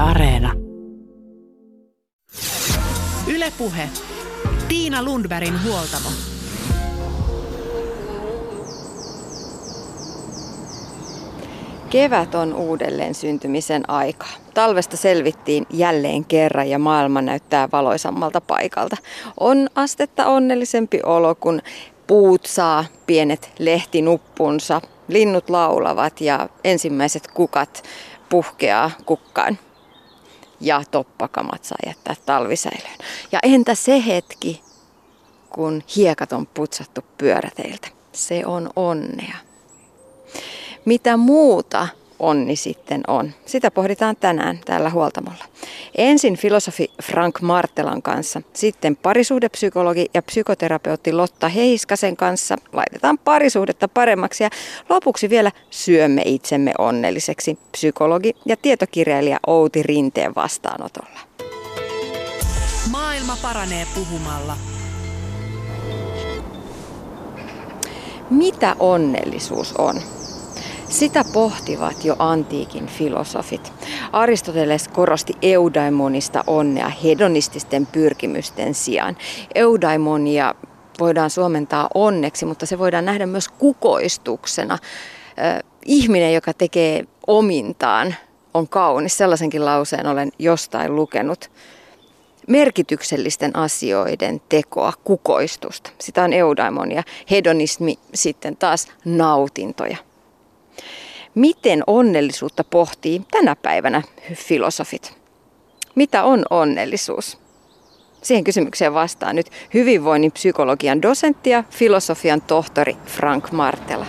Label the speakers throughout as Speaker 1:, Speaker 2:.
Speaker 1: Areena.
Speaker 2: Yle Puhe. Tiina Lundbergin huoltamo.
Speaker 3: Kevät on uudelleen syntymisen aika. Talvesta selvittiin jälleen kerran ja maailma näyttää valoisammalta paikalta. On astetta onnellisempi olo, kun puut saa pienet lehtinuppunsa, linnut laulavat ja ensimmäiset kukat puhkeaa kukkaan. Ja toppakamat saa jättää talvisäilöön. Ja entä se hetki, kun hiekat on putsattu pyöräteiltä? Se on onnea. Mitä muuta onni sitten on? Sitä pohditaan tänään täällä huoltamolla. Ensin filosofi Frank Martelan kanssa, sitten parisuhdepsykologi ja psykoterapeutti Lotta Heiskasen kanssa laitetaan parisuhdetta paremmaksi ja lopuksi vielä syömme itsemme onnelliseksi psykologi ja tietokirjailija Outi Rinteen vastaanotolla.
Speaker 2: Maailma paranee puhumalla.
Speaker 3: Mitä onnellisuus on? Sitä pohtivat jo antiikin filosofit. Aristoteles korosti eudaimonista onnea hedonististen pyrkimysten sijaan. Eudaimonia voidaan suomentaa onneksi, mutta se voidaan nähdä myös kukoistuksena. Ihminen, joka tekee omintaan, on kaunis. Sellaisenkin lauseen olen jostain lukenut. Merkityksellisten asioiden tekoa, kukoistusta. Sitä on eudaimonia. Hedonismi sitten taas nautintoja. Miten onnellisuutta pohtii tänä päivänä filosofit? Mitä on onnellisuus? Siihen kysymykseen vastaa nyt hyvinvoinnin psykologian dosentti ja filosofian tohtori Frank Martela.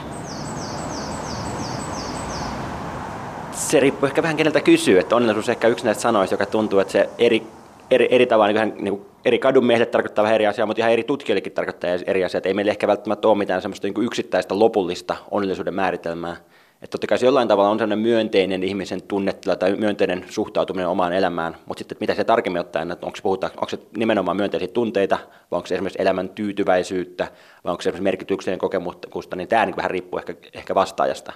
Speaker 4: Se riippuu ehkä vähän keneltä kysyy, että onnellisuus on ehkä yksi näistä sanoista, joka tuntuu, että se eri tavalla niin eri kadunmiehille tarkoittaa vähän eri asiaa, mutta ihan eri tutkijoillekin tarkoittaa eri asiaa. Ei meillä ehkä välttämättä ole mitään semmoista niin yksittäistä lopullista onnellisuuden määritelmää. Että totta kai se jollain tavalla on sellainen myönteinen ihmisen tunnetila tai myönteinen suhtautuminen omaan elämään, mutta sitten mitä se tarkemmin ottaen, että onko se nimenomaan myönteisiä tunteita, vai onko se esimerkiksi elämän tyytyväisyyttä, vai onko se esimerkiksi merkityksellinen kokemusta, niin tämä niin vähän riippuu ehkä vastaajasta.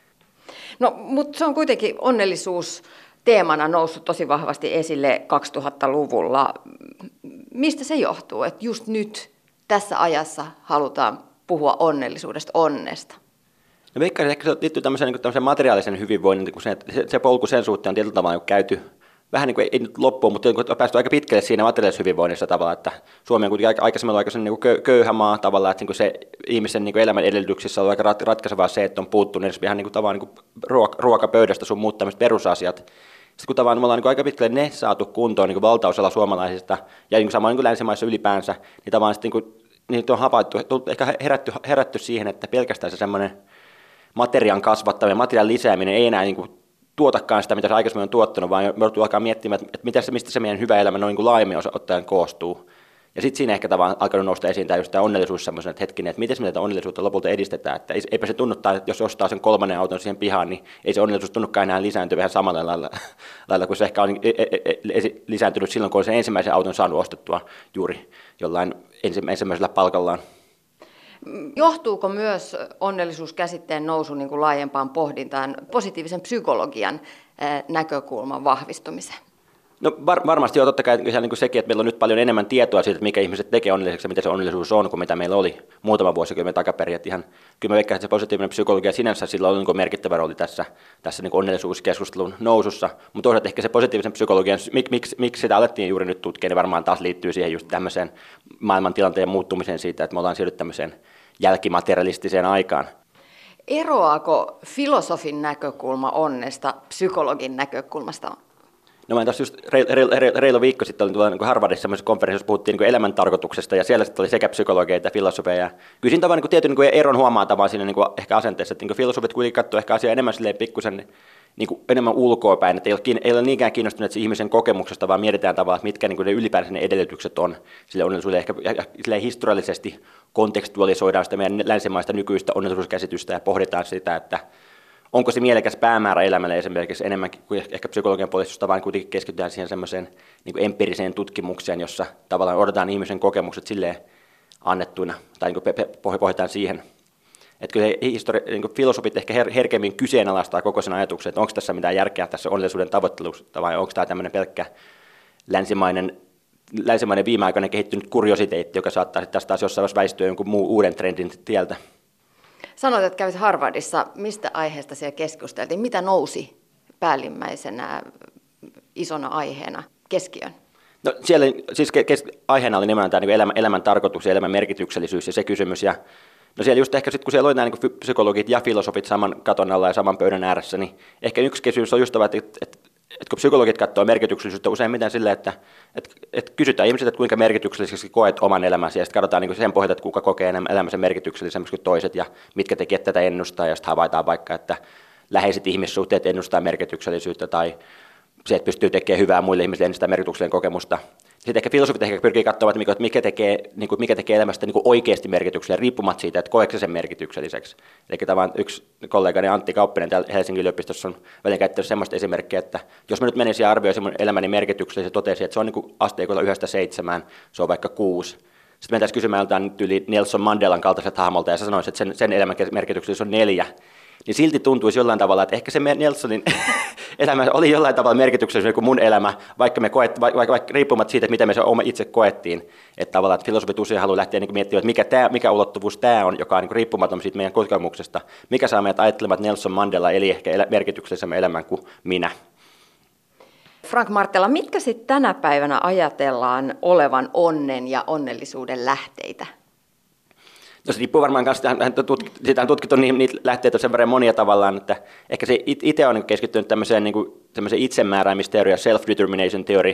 Speaker 3: No, mutta se on kuitenkin onnellisuus teemana noussut tosi vahvasti esille 2000-luvulla. Mistä se johtuu, että just nyt tässä ajassa halutaan puhua onnellisuudesta, onnesta?
Speaker 4: No veikkaan, että se liittyy tämmöisen materiaalisen hyvinvoinnin, kun se polku sen suhteen on tietyllä tavalla käyty vähän niin kuin ei nyt loppuun, mutta on päästy aika pitkälle siinä materiaalisessa hyvinvoinnissa tavalla, että Suomi on kuitenkin aikaisemmin ollut aika niin köyhä maa tavalla, että niin se ihmisen niin elämän edellytyksissä on aika ratkaisevaa se, että on puuttunut ihan niin kuin ruokapöydästä sun muut tämmöiset perusasiat. Sitten kun tavallaan me ollaan niin aika pitkälle ne saatu kuntoon niin valtaosalla suomalaisista ja niin samoin niin länsimaissa ylipäänsä, niin tavallaan sitten niin on havaittu, ehkä herätty siihen, että pelkästään se semmoinen materiaan kasvattaminen, materiaan lisääminen ei enää niin kuin tuotakaan sitä, mitä se aikaisemmin on tuottanut, vaan me joutuu alkaa miettimään, että mistä se meidän hyvä elämä noin niin laajemmin ottaen koostuu. Ja sitten siinä ehkä tavallaan alkanut nousta esiin tämä onnellisuus semmoisen, että hetkinen, että miten me tätä onnellisuutta lopulta edistetään. Että eipä se tunnuttaa, että jos ostaa sen 3. auton siihen pihaan, niin ei se onnellisuus tunnukaan enää lisääntyä ihan samalla lailla kuin se ehkä on lisääntynyt silloin, kun on sen ensimmäisen auton saanut ostettua juuri jollain ensimmäisellä palkallaan.
Speaker 3: Johtuuko myös onnellisuuskäsitteen nousu niin kuin laajempaan pohdintaan positiivisen psykologian näkökulman vahvistumiseen?
Speaker 4: No varmasti joo, totta kai niin kuin sekin, että meillä on nyt paljon enemmän tietoa siitä, että mikä ihmiset tekee onnelliseksi ja mitä se onnellisuus on, kuin mitä meillä oli muutama vuosikymmen takaperin. Että ihan, kyllä mä veikkaan, että se positiivinen psykologia sinänsä sillä on niin merkittävä rooli tässä niin onnellisuuskeskustelun nousussa, mutta toisaalta ehkä se positiivisen psykologian, miksi sitä alettiin juuri nyt tutkia, niin varmaan taas liittyy siihen just tämmöiseen maailmantilanteen muuttumiseen siitä, että me ollaan siirrytty tämmöiseen jälkimaterialistiseen aikaan.
Speaker 3: Eroaako filosofin näkökulma onnesta psykologin näkökulmasta?
Speaker 4: No mä tuossa just reilu viikko sitten olin tuolla niin Harvardissa semmoisessa konferenssissa, jossa puhuttiin niin elämän tarkoituksesta, ja siellä sitten oli sekä psykologeja että filosofeja. Kyllä siinä tavallaan niin tietyn niin eron huomaa siinä niin ehkä asenteessa, että niin filosofit kuitenkin katsoo ehkä asiaa enemmän pikkusen niin enemmän ulkoapäin, että ei ole niinkään kiinnostuneet ihmisen kokemuksesta, vaan mietitään tavallaan, että mitkä niin ne ylipäänsä ne edellytykset on sille onnellisuudelle. Ehkä historiallisesti kontekstualisoidaan sitä meidän länsimaista nykyistä onnellisuuskäsitystä ja pohditaan sitä, että onko se mielekäs päämäärä elämälle esimerkiksi enemmän kuin ehkä psykologian puolesta, vaan kuitenkin keskitytään siihen semmoiseen niin empiiriseen tutkimukseen, jossa tavallaan odotetaan ihmisen kokemukset silleen annettuina, tai niin pohditaan siihen. Että kyllä niin filosofit ehkä herkemmin kyseenalaistaa koko sen ajatuksen, että onko tässä mitään järkeä tässä onnellisuuden tavoittelusta vai onko tämä tämmöinen pelkkä länsimainen viimeaikainen kehittynyt kuriositeetti, joka saattaa sitten tästä taas jossain vaiheessa väistyä jonkun muun uuden trendin tieltä.
Speaker 3: Sanoit, että kävit Harvardissa. Mistä aiheesta siellä keskusteltiin? Mitä nousi päällimmäisenä isona aiheena keskiöön?
Speaker 4: No siellä siis aiheena oli nimenomaan tämä niin elämän tarkoitus ja elämän merkityksellisyys ja se kysymys. Ja no siellä just ehkä sitten, kun siellä oli nämä niin psykologit ja filosofit saman katon alla ja saman pöydän ääressä, niin ehkä yksi kysymys on just tämä, että kun psykologit katsoo merkityksellisyyttä useimmiten silleen, että kysytään ihmisiltä, että kuinka merkitykselliseksi koet oman elämäsi, ja sitten katsotaan niin sen pohjalta, että kuka kokee elämänsä merkityksellisemmäksi kuin toiset, ja mitkä tekijät tätä ennustaa, ja sitten havaitaan vaikka, että läheiset ihmissuhteet ennustaa merkityksellisyyttä, tai se, että pystyy tekemään hyvää muille ihmisille ennen sitä merkityksellisen kokemusta. Sitten ehkä filosofit pyrkii katsomaan, että mikä tekee elämästä oikeasti merkityksellisen, riippumatta siitä, että koeeko se sen merkitykselliseksi. Eli tämä yksi kollegani Antti Kauppinen täällä Helsingin yliopistossa on välillä käyttänyt sellaista esimerkkiä, että jos mä nyt menisin ja arvioisin mun elämäni merkityksellisen ja totesin, että se on niin asteikolla 1-7, se on vaikka 6. Sitten mentäisiin kysymään jotain yli Nelson Mandelan kaltaiset hahmolta ja sä sanoisit, että sen elämän merkityksellisyys on 4. Niin silti tuntuisi jollain tavalla, että ehkä se Nelsonin elämä oli jollain tavalla merkityksellinen kuin mun elämä, vaikka riippumatta siitä, että miten me se itse koettiin. Että tavallaan että filosofit usein haluaa lähteä niin miettimään, että mikä ulottuvuus tämä on, joka on niin riippumaton siitä meidän kokemuksesta. Mikä saa meidät ajattelemaan, että Nelson Mandela eli ehkä merkityksellisemmän elämän kuin minä.
Speaker 3: Frank Marttela, mitkä sitten tänä päivänä ajatellaan olevan onnen ja onnellisuuden lähteitä?
Speaker 4: No se riippuu varmaan kanssa, siitä on tutkittu niitä lähteitä sen verran monia tavallaan, että ehkä se itse on keskittynyt tämmöiseen itsemääräämisteoria, self-determination theory,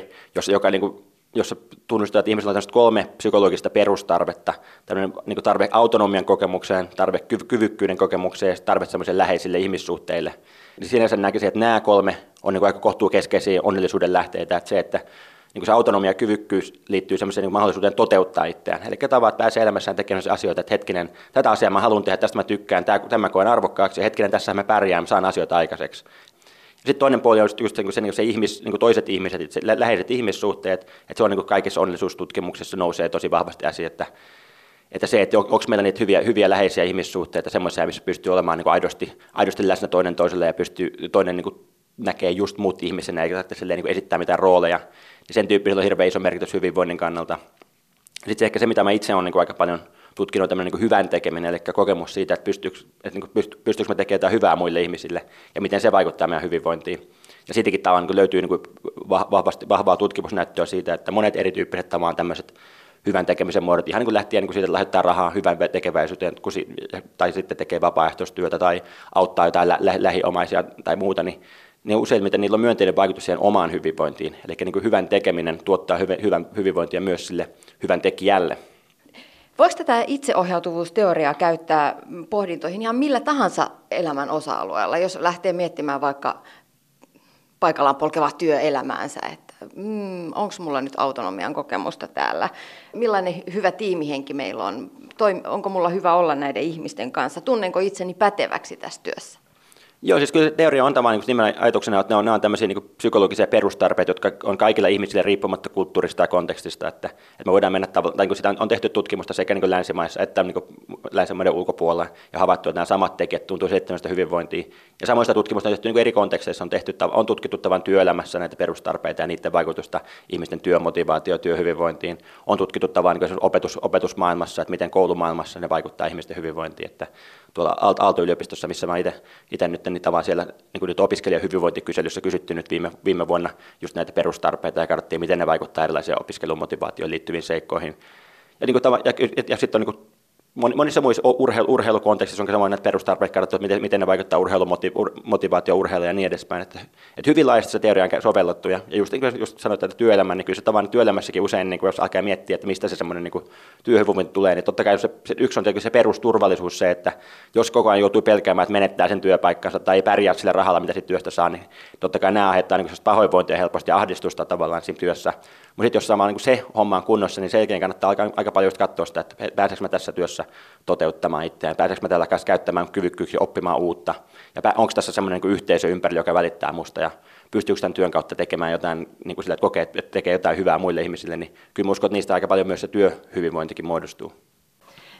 Speaker 4: jossa tunnustetaan, että ihmisillä on 3 psykologista perustarvetta, tämmöinen tarve autonomian kokemukseen, tarve kyvykkyyden kokemukseen ja tarve semmoiselle läheisille ihmissuhteille. Niin sinänsä näkisin, että nämä 3 on aika kohtuukeskeisiä onnellisuuden lähteitä, että se, että se autonomia ja kyvykkyys liittyy semmoiseen mahdollisuuteen toteuttaa itseään. Eli tavallaan, että pääsee elämässään tekemään asioita, että hetkinen, tätä asiaa mä haluan tehdä, tästä mä tykkään, tämä koen arvokkaaksi, ja hetkinen, tässä mä pärjään, mä saan asioita aikaiseksi. Sitten toinen puoli on just se toiset ihmiset, se läheiset ihmissuhteet, että se on kaikissa onnellisuustutkimuksissa nousee tosi vahvasti asia, että se, että onko meillä niitä hyviä läheisiä ihmissuhteita, semmoisia, missä pystyy olemaan aidosti läsnä toinen toiselle ja pystyy toinen näkee just muut ihmisenä eikä tarvitse esittää mitään rooleja, niin sen tyyppisellä on hirveän iso merkitys hyvinvoinnin kannalta. Sitten ehkä se, mitä mä itse olen kaikka paljon tutkinut, on tämmöinen hyvän tekeminen, eli kokemus siitä, että pystyykö mä tekemään jotain hyvää muille ihmisille ja miten se vaikuttaa meidän hyvinvointiin. Ja siitäkin löytyy vahvaa tutkimusnäyttöä siitä, että monet erityyppiset tämmöiset hyvän tekemisen muodot, ihan lähtien siitä, että lähettää rahaa hyvän tekeväisyyteen, tai sitten tekee vapaaehtoistyötä tai auttaa jotain lähiomaisia tai muuta, niin useimmiten niillä on myönteinen vaikutus siihen omaan hyvinvointiin. Eli hyvän tekeminen tuottaa hyvän hyvinvointia myös sille hyvän tekijälle.
Speaker 3: Voiko tätä itseohjautuvuusteoriaa käyttää pohdintoihin ihan millä tahansa elämän osa-alueella, jos lähtee miettimään vaikka paikallaan polkevaa työelämäänsä, että onko mulla nyt autonomian kokemusta täällä, millainen hyvä tiimihenki meillä on, onko mulla hyvä olla näiden ihmisten kanssa, tunnenko itseni päteväksi tässä työssä?
Speaker 4: Joo, siis kyllä teoria on tavallaan nimenomaan ajatuksena, että ne on tämmöisiä psykologisia perustarpeita, jotka on kaikilla ihmisillä riippumatta kulttuurista ja kontekstista, että me voidaan mennä tai kun sitä on tehty tutkimusta sekä länsimaissa että länsimaiden ulkopuolella ja havaittu, että nämä samat tekijät tuntuu selittämään sitä hyvinvointia. Ja samoista tutkimusta on tehty eri konteksteissa, on tutkittu tavan työelämässä näitä perustarpeita ja niiden vaikutusta ihmisten työmotivaatioon, työhyvinvointiin. On tutkittu tavan opetusmaailmassa, että miten koulumaailmassa ne vaikuttaa ihmisten hyvinvointiin, että tuolla Aalto-yliopistossa, missä mä itse nyt niin tavallaan siellä nyt opiskelijahyvinvointisykelyssä kysytty nyt viime vuonna just näitä perustarpeita ja katsottiin, miten ne vaikuttaa erilaisiin opiskelumotivaatioon liittyviin seikkoihin. Ja sitten on monissa muissa urheilukontekstissa on samoin näitä perustarpeita katsottu, että miten ne vaikuttaa urheilumotivaatioon, urheiluun ja niin edespäin. Että hyvin laajasti se teoria on sovellettu ja just sanoit, että työelämän, niin kyllä se tavallaan työelämässäkin usein, jos alkaa miettiä, että mistä se semmoinen työhyvinvointi tulee, niin totta kai se yksi on se perusturvallisuus, se, että jos koko ajan joutuu pelkäämään, että menettää sen työpaikkansa tai ei pärjää sillä rahalla, mitä siitä työstä saa, niin totta kai nämä aiheuttaa pahoinvointia helposti ja ahdistusta tavallaan siinä työssä. Mutta sitten jos samaan se homma on kunnossa, niin sen jälkeen kannattaa aika paljon just katsoa sitä, että pääseekö mä tässä työssä toteuttamaan itseään, pääseekö mä tällä kanssa käyttämään kyvykkyyksiä, oppimaan uutta, ja onko tässä semmoinen yhteisö ympärillä, joka välittää musta, ja pystyykö tämän työn kautta tekemään jotain, niin kuin sillä, että kokee, että tekee jotain hyvää muille ihmisille, niin kyllä mä uskon, että niistä aika paljon myös se työhyvinvointikin muodostuu.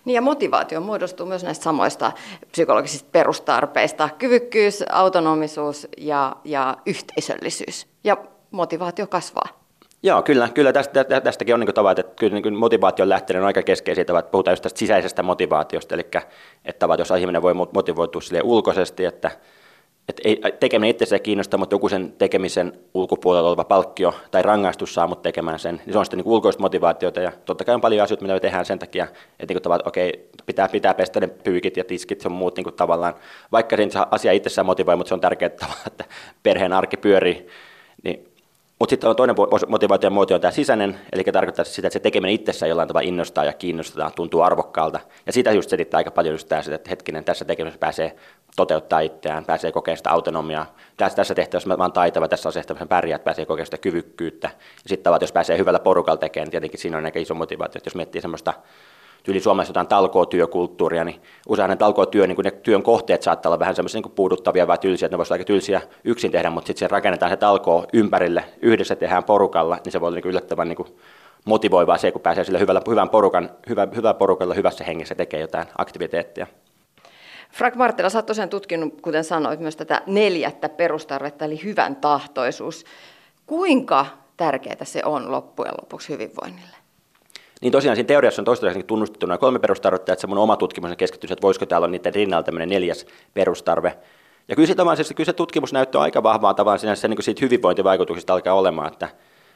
Speaker 3: Niin ja motivaatio muodostuu myös näistä samoista psykologisista perustarpeista. Kyvykkyys, autonomisuus ja yhteisöllisyys. Ja motivaatio kasvaa.
Speaker 4: Joo, kyllä tästäkin on niin tavoite, että kyllä niin motivaation lähteinen on aika keskeisiä tavat. Puhutaan just tästä sisäisestä motivaatiosta, eli että jos ihminen voi motivoitua ulkoisesti, että tekeminen itsessään kiinnostaa, mutta joku sen tekemisen ulkopuolella oleva palkkio tai rangaistus saa mut tekemään sen, niin se on sitten niin ulkoista motivaatiota, ja totta kai on paljon asioita, mitä me tehdään sen takia, että niin okei, pitää pestä ne pyykit ja tiskit, se on muut niin tavallaan, vaikka se asia itsessään motivoi, mutta se on tärkeää, että perheen arki pyörii, niin. Mutta sitten on toinen motivaation muoto on tämä sisäinen, eli tarkoittaa sitä, että se tekeminen itsessään jollain tavalla innostaa ja kiinnostaa, tuntuu arvokkaalta. Ja sitä just selittää aika paljon just tämä, että hetkinen, tässä tekemisessä pääsee toteuttaa itseään, pääsee kokemaan sitä autonomiaa. Tässä tehtävässä mä oon taitava, tässä tehtävässä pärjää, että pääsee kokemaan sitä kyvykkyyttä. Ja sitten jos pääsee hyvällä porukalla tekemään, niin tietenkin siinä on aika iso motivaatio. Jos miettii semmoista tyyli Suomessa jotain talkootyökulttuuria, niin useinhan talkootyö, niin ne työn kohteet saattaa olla vähän semmoisia niin puuduttavia vai tylsiä, että ne voisivat olla aika tylsiä yksin tehdä, mutta sitten rakennetaan se talkoo ympärille, yhdessä tehdään porukalla, niin se voi olla niin yllättävän niin motivoivaa se, kun pääsee sillä hyvällä porukalla hyvässä hengessä tekee jotain aktiviteettia.
Speaker 3: Frank Marttila, sä oot tosiaan tutkinut, kuten sanoit, myös tätä 4. perustarvetta, eli hyvän tahtoisuus. Kuinka tärkeää se on loppujen lopuksi hyvinvoinnille?
Speaker 4: Niin tosiaan siinä teoriassa on toistaiseksi tunnustettu nämä 3 perustarvetta, että se mun oma tutkimus on keskittynyt, että voisiko täällä olla niiden rinnalla tämmöinen 4. perustarve. Ja kyllä se tutkimusnäyttö on aika vahvaa tavallaan se, niin siitä hyvinvointivaikutuksista alkaa olemaan, että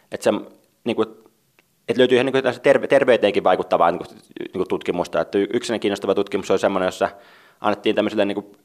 Speaker 4: löytyy ihan niin terveyteenkin vaikuttavaa niin tutkimusta. Että yksi kiinnostava tutkimus oli semmoinen, jossa annettiin tämmöiselle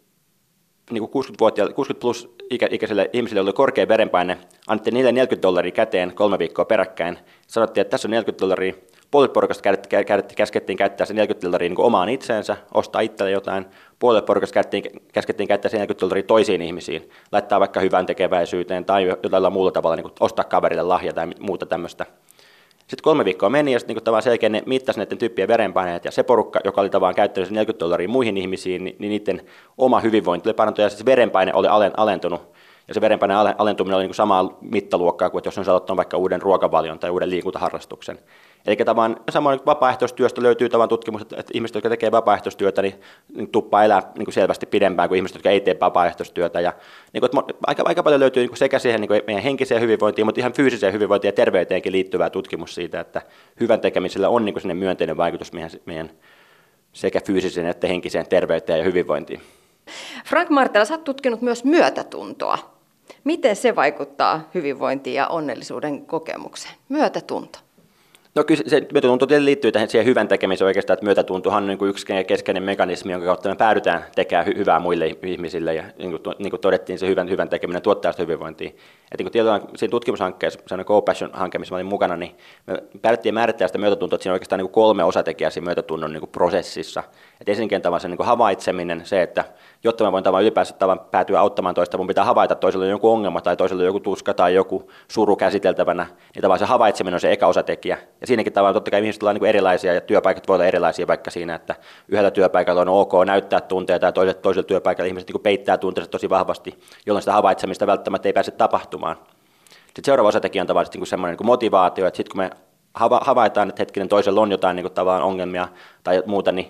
Speaker 4: niin 60 plus ikäisille ihmisille, joilla oli korkea verenpaine, annettiin niille $40 käteen 3 viikkoa peräkkäin. Sanottiin, että tässä on $40, puolet porukasta käskettiin käyttää se $40 niin omaan itseensä, ostaa itselle jotain, puolet porukasta käskettiin käyttää se $40 toisiin ihmisiin, laittaa vaikka hyvän tekeväisyyteen tai jotain muulla tavalla niin ostaa kaverille lahja tai muuta tämmöistä. Sitten 3 viikkoa meni ja sitten niin selkeä ne mittasi näiden tyyppien verenpaineet ja se porukka, joka oli tavallaan käyttänyt $40 muihin ihmisiin, niin niiden oma hyvinvointi oli parantunut ja se verenpaine oli alentunut. Ja se verenpaineen alentuminen oli niin samaa mittaluokkaa kuin jos on aloittanut vaikka uuden ruokavalion tai uuden liikuntaharrastuksen. Eli tavallaan samoin vapaaehtoistyöstä löytyy tavan tutkimus, että ihmiset, jotka tekevät vapaaehtoistyötä, niin tuppaa elää niin selvästi pidempään kuin ihmiset, jotka ei tee vapaaehtoistyötä. Ja, niin aika paljon löytyy sekä siihen niin meidän henkiseen hyvinvointiin, mutta ihan fyysiseen hyvinvointiin ja terveyteenkin liittyvää tutkimus siitä, että hyvän tekemisellä on niin sinne myönteinen vaikutus meidän sekä fyysiseen että henkiseen terveyteen ja hyvinvointiin.
Speaker 3: Frank Marttila, sä oot tutkinut myös myötätuntoa. Miten se vaikuttaa hyvinvointiin ja onnellisuuden kokemukseen? Myötätunto.
Speaker 4: No kyllä se myötätunto liittyy siihen hyvän tekemiseen oikeastaan, että myötätuntohan on niin kuin yksi keskeinen mekanismi, jonka kautta me päädytään tekemään hyvää muille ihmisille ja niin kuin todettiin, se hyvän tekeminen tuottaa sitä hyvinvointia. Että niin kuin siinä tutkimushankkeessa, se on Co-Passion-hanke, missä mä olin mukana, niin me päätettiin määrittää sitä myötätuntoa, että siinä on oikeastaan niin kuin 3 osatekijää siinä myötätunnon niin kuin prosessissa. Että ensinnäkin tavallaan se niin kuin havaitseminen, se, että jotta mä voin ylipäänsä päätyä auttamaan toista, mun pitää havaita toisella joku ongelma tai toisella joku tuska tai joku suru käsiteltävänä, niin tavallaan se havaitseminen on se eka osatekijä. Ja siinäkin tavallaan totta kai ihmiset ovat niin erilaisia ja työpaikat voivat olla erilaisia, vaikka siinä, että yhdellä työpaikalla on ok näyttää tunteita ja toisella työpaikalla ihmiset niin peittää tunteensa tosi vahvasti, jolloin sitä havaitsemista välttämättä ei pääse tapahtumaan. Sitten seuraava osatekijä on tavallaan niin semmoinen niin motivaatio, että sitten kun me havaitaan, että hetkinen toisella on jotain niin tavallaan ongelmia tai muuta, niin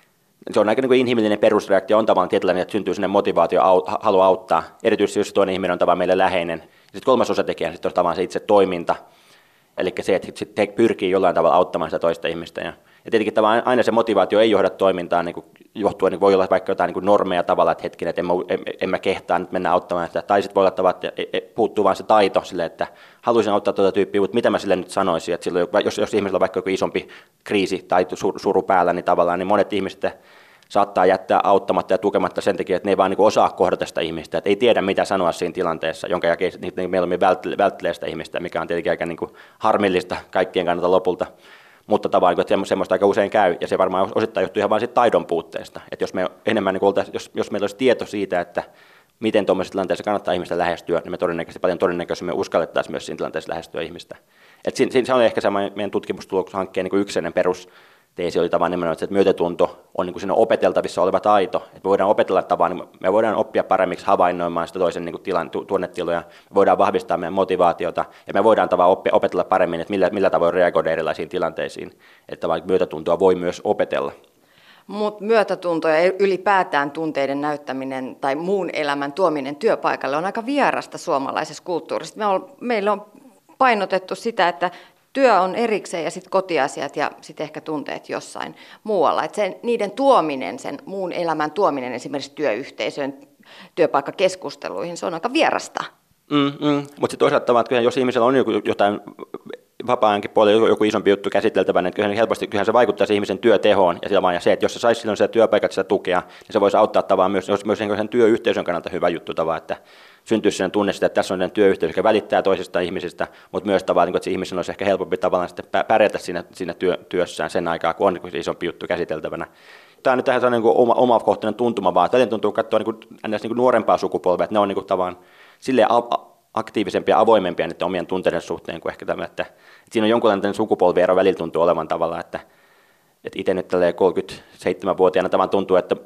Speaker 4: se on aika niin inhimillinen perusreaktio, on tavallaan tietynlainen, että syntyy sinne motivaatio, halu auttaa, erityisesti jos toinen ihminen on tavallaan meille läheinen. Ja sitten 3. osatekijä on tavallaan se itse toiminta, eli se, että sitten pyrkii jollain tavalla auttamaan sitä toista ihmistä. Ja tietenkin aina se motivaatio ei johda toimintaan, niin johtuen, niin voi olla vaikka jotain niin normeja tavalla, että hetkinen, että en mä kehtaa nyt mennä auttamaan sitä. Tai sitten voi olla tavalla, että puuttuu vain se taito sille, että haluaisin auttaa tuota tyyppiä, mutta mitä mä sille nyt sanoisin. Että silloin, jos ihmisellä on vaikka joku isompi kriisi tai suru päällä, niin tavallaan niin monet ihmiset saattaa jättää auttamatta ja tukematta sen takia, että ne ei vaan niin osaa kohdata sitä ihmistä, että ei tiedä mitä sanoa siinä tilanteessa, jonka jälkeen mieluummin välttelee sitä ihmistä, mikä on tietenkin aika niin harmillista kaikkien kannalta lopulta. Mutta tavallaan, että semmoista aika usein käy, ja se varmaan osittain johtuu ihan vain siitä taidon puutteesta. Että jos me enemmän, jos meillä olisi tieto siitä, että miten tuollaisessa tilanteessa kannattaa ihmistä lähestyä, niin me paljon todennäköisemmin uskallettaisiin myös siinä tilanteessa lähestyä ihmistä. Että se on ehkä se meidän tutkimustuloksenhankkeen niin yksi teesi oli tavallaan nimenomaan, että myötätunto on niin siinä opeteltavissa oleva taito. Että me voidaan opetella tavalla, niin me voidaan oppia paremmiksi havainnoimaan sitä toisen niin tunnetiloja, me voidaan vahvistaa meidän motivaatiota ja me voidaan tavallaan opetella paremmin, että millä tavoin reagoida erilaisiin tilanteisiin. Että myötätuntoa voi myös opetella.
Speaker 3: Mutta myötätunto ja ylipäätään tunteiden näyttäminen tai muun elämän tuominen työpaikalle on aika vierasta suomalaisessa kulttuurissa. Meillä on painotettu sitä, että työ on erikseen ja sitten kotiasiat ja sitten ehkä tunteet jossain muualla. Et niiden tuominen, sen muun elämän tuominen esimerkiksi työyhteisöön, työpaikkakeskusteluihin, se on aika vierasta.
Speaker 4: Mutta sitten toisaalta, että jos ihmisellä on jotain vapaa-ajankin puolella joku isompi juttu käsiteltävänä, niin kyllähän se vaikuttaa ihmisen työtehoon ja se, että jos se saisi silloin sitä työpaikat sitä tukea, niin se voisi auttaa tavallaan myös sen työyhteisön kannalta hyvä juttu tavallaan, että syntyisi sen tunne sitä, että tässä on työyhteisö, joka välittää toisista ihmisistä, mutta myös tavallaan, että se ihmisen olisi ehkä helpompi tavallaan sitten pärjätä siinä työssään sen aikaa, kun on se isompi juttu käsiteltävänä. Tämä on nyt tähän sellainen omakohtainen tuntuma vaan, että tuntuu katsoa nuorempaa sukupolvea, että ne on tavallaan silleen aktiivisempia ja avoimempia niiden omien tunteiden suhteen kuin ehkä tämä, että siinä on jonkunlainen sukupolviero välillä tuntuu olevan tavalla, että itse nyt 37-vuotiaana tavallaan tuntuu, että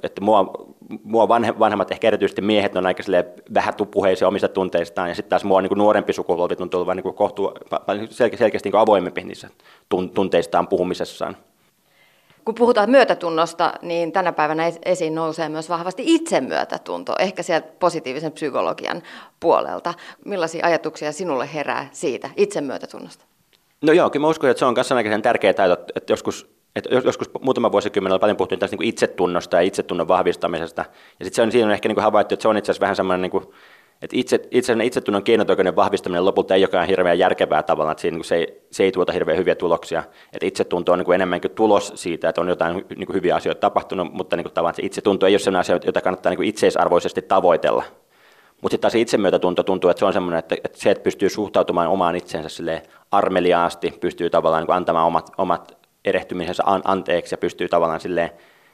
Speaker 4: mua vanhemmat, ehkä erityisesti miehet, on aika vähäpuheisia omista tunteistaan, ja sitten taas mua nuorempi sukupolvi tuntuu olevan selkeästi avoimempi niissä tunteistaan puhumisessaan.
Speaker 3: Kun puhutaan myötätunnosta, niin tänä päivänä esiin nousee myös vahvasti itsemyötätunto, ehkä sieltä positiivisen psykologian puolelta. Millaisia ajatuksia sinulle herää siitä itsemyötätunnosta?
Speaker 4: No joo, kyllä mä uskon, että se on myös aika tärkeä taito, että joskus muutama vuosikymmen oli paljon puhuttu tästä itsetunnosta ja itsetunnon vahvistamisesta. Ja sitten siinä on ehkä havaittu, että se on itse asiassa vähän semmoinen, että itsetunnon keinotekoinen vahvistaminen lopulta ei olekaan hirveän järkevää tavalla, että siinä, se ei tuota hirveän hyviä tuloksia. Että itsetunto on enemmänkin tulos siitä, että on jotain hyviä asioita tapahtunut, mutta tavallaan se itsetunto ei ole sellainen asia, jota kannattaa itseisarvoisesti tavoitella. Mutta sitten taas itsemyötätunto tuntuu, että se on semmoinen, että se, että pystyy suhtautumaan omaan itseensä armeliaasti, pystyy tavallaan antamaan omat erehtymisensä anteeksi ja pystyy tavallaan silleen,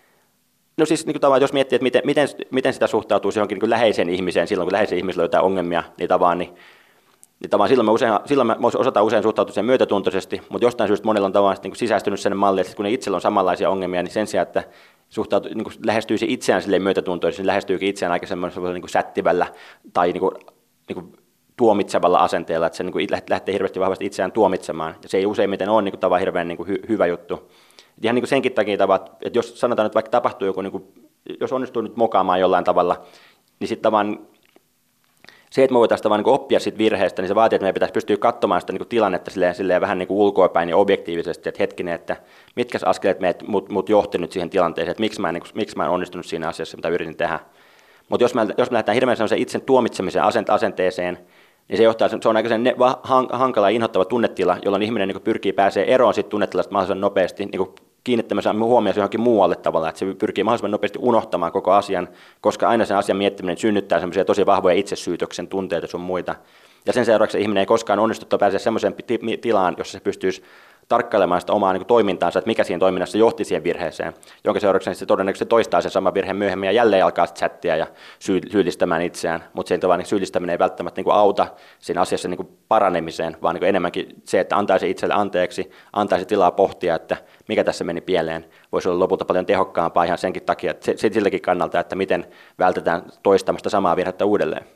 Speaker 4: no siis tavallaan jos miettii, että miten sitä suhtautuu johonkin läheiseen ihmiseen silloin, kun läheisen ihmisellä on jotain ongelmia, niin tavallaan silloin me osataan usein suhtautua sen myötätuntoisesti, mutta jostain syystä monella on tavallaan sisäistynyt sen malli, että kun ne itsellä on samanlaisia ongelmia, niin sen sijaan, että lähestyisi itseään silleen myötätuntoisesti, niin lähestyykin itseään aika semmoisella sättivällä tai tuomitsevalla asenteella, että se lähtee hirveästi vahvasti itseään tuomitsemaan, ja se ei useimmiten ole tavallaan hirveän hyvä juttu. Ihan senkin takia, että jos sanotaan, että vaikka tapahtuu joku, jos onnistuu nyt mokaamaan jollain tavalla, niin sitten tavallaan se, että me voitaisiin tavallaan oppia siitä virheestä, niin se vaatii, että meidän pitäisi pystyä katsomaan sitä tilannetta silleen vähän ulkoapäin ja objektiivisesti, että hetkinen, että mitkä askeleet mut johti nyt siihen tilanteeseen, että miksi mä en onnistunut siinä asiassa, mitä yritin tehdä. Mutta jos me lähdetään hirveän sellaisen itsen tuomitsemisen asenteeseen, niin se on aika hankala ja inhottava tunnetila, jolloin ihminen pyrkii pääsee eroon siitä tunnetilasta mahdollisimman nopeasti, kiinnittämänsä huomioon johonkin muualle tavalla, että se pyrkii mahdollisimman nopeasti unohtamaan koko asian, koska aina sen asian miettiminen synnyttää semmoisia tosi vahvoja itsesyytöksen tunteita sun muita. Ja sen seurauksena ihminen ei koskaan onnistu pääsee semmoiseen tilaan, jossa se pystyisi tarkkailemaan sitä omaa toimintaansa, että mikä siinä toiminnassa johti siihen virheeseen, jonka seurauksena se todennäköisesti toistaa sen saman virheen myöhemmin ja jälleen alkaa chattia ja syyllistämään itseään, mutta sen tavallaan syyllistäminen ei välttämättä auta siinä asiassa paranemiseen, vaan enemmänkin se, että antaisi itselle anteeksi, antaisi tilaa pohtia, että mikä tässä meni pieleen, voisi olla lopulta paljon tehokkaampaa ihan senkin takia, että siltäkin kannalta, että miten vältetään toistamasta samaa virhettä uudelleen.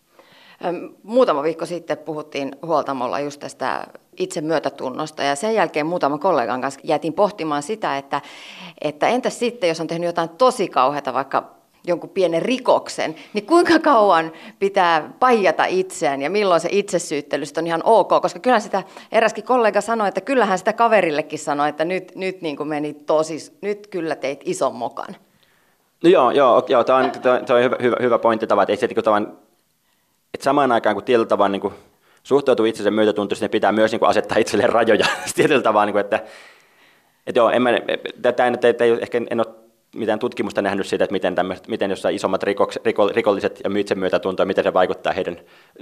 Speaker 3: Muutama viikko sitten puhuttiin huoltamolla just tästä itsemyötätunnosta ja sen jälkeen muutaman kollegan kanssa jäätiin pohtimaan sitä, että entäs sitten, jos on tehnyt jotain tosi kauheata, vaikka jonkun pienen rikoksen, niin kuinka kauan pitää paijata itseään ja milloin se itsesyyttely on ihan ok, koska kyllähän sitä eräskin kollega sanoi, että kyllähän sitä kaverillekin sanoi, että nyt niin kuin meni nyt kyllä teit ison mokan.
Speaker 4: No joo, tämä on hyvä pointti tavallaan, että ei se että samaan aikaan kun tietyllä tavalla suhtautuu itsensä myötätuntoisesti, niin pitää myös asettaa itselleen rajoja tietyllä tavalla, että joo, en ole mitään tutkimusta nähnyt siitä, että miten jossain isommat rikolliset ja itse myötätuntoa, miten se vaikuttaa heidän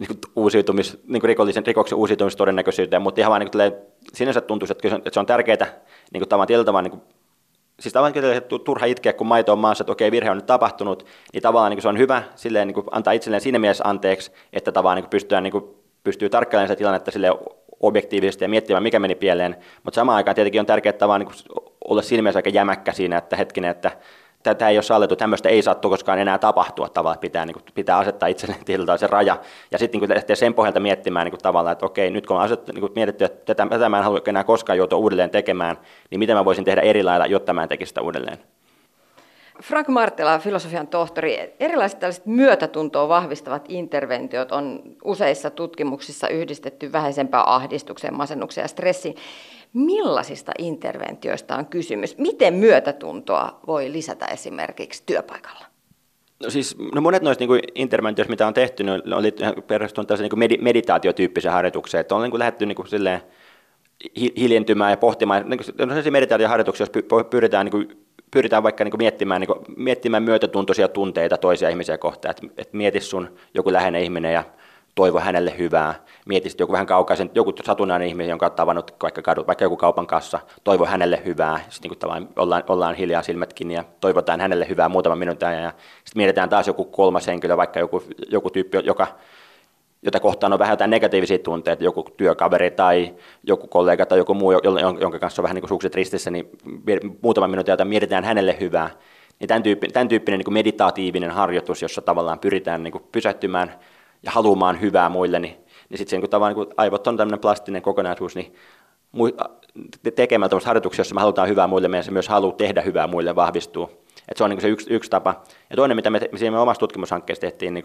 Speaker 4: rikoksen uusiutumistodennäköisyyteen, mutta ihan vaan sinänsä tuntuu, että se on tärkeää tietyllä tavalla siis tavallaan turha itkeä, kun maito on maassa, että okei, virhe on nyt tapahtunut, niin tavallaan se on hyvä silleen, antaa itselleen siinä mielessä anteeksi, että tavallaan pystyy tarkkailemaan sitä tilannetta silleen objektiivisesti ja miettimään, mikä meni pieleen, mutta samaan aikaan tietenkin on tärkeää tavallaan olla siinä mielessä aika jämäkkä siinä, että hetkinen, että tätä ei ole sallittu, tämmöistä ei saa koskaan enää tapahtua tavallaan, pitää asettaa itselleen tietyllä se raja, ja sitten lähtee sen pohjalta miettimään tavallaan, että okei, nyt kun on mietitty, että tätä mä en halua enää koskaan joutua uudelleen tekemään, niin mitä mä voisin tehdä eri lailla, jotta mä en tekisi sitä uudelleen.
Speaker 3: Frank Marttila, filosofian tohtori, erilaiset tällaiset myötätuntoa vahvistavat interventiot on useissa tutkimuksissa yhdistetty vähäisempään ahdistukseen, masennukseen ja stressiin. Millaisista interventioista on kysymys? Miten myötätuntoa voi lisätä esimerkiksi työpaikalla?
Speaker 4: No monet noista interventioista, mitä on tehty, ne on perustunut tällaisen meditaatiotyyppiseen harjoitukseen. Että on lähdetty silleen hiljentymään ja pohtimaan. On sellaisia meditaatioharjoituksia, jos pyritään vaikka miettimään myötätuntoisia tunteita toisia ihmisiä kohtaan. Että mieti sun joku läheinen ihminen ja toivo hänelle hyvää. Mieti joku vähän kaukaisen, joku satunnainen ihminen, jonka olet tavannut vaikka joku kaupan kanssa, toivo hänelle hyvää. Sitten ollaan hiljaa silmät kiinni ja toivotaan hänelle hyvää muutaman minuutin ajan. Sitten mietitään taas joku kolmas henkilö, vaikka joku tyyppi, jota kohtaan on vähän jotain negatiivisia tunteita, joku työkaveri tai joku kollega tai joku muu, jonka kanssa on vähän sukset ristissä, niin muutaman minuutin ajan mietitään hänelle hyvää. Niin tämän tyyppinen meditaatiivinen harjoitus, jossa tavallaan pyritään pysähtymään ja haluamaan hyvää muille, niin sitten aivot on tämmöinen plastinen kokonaisuus, niin tekemällä tämmöistä harjoituksia, jossa me halutaan hyvää muille, meidän se myös halu tehdä hyvää muille vahvistuu. Et se on se yksi tapa. Ja toinen, mitä me siinä omassa tutkimushankkeessa tehtiin,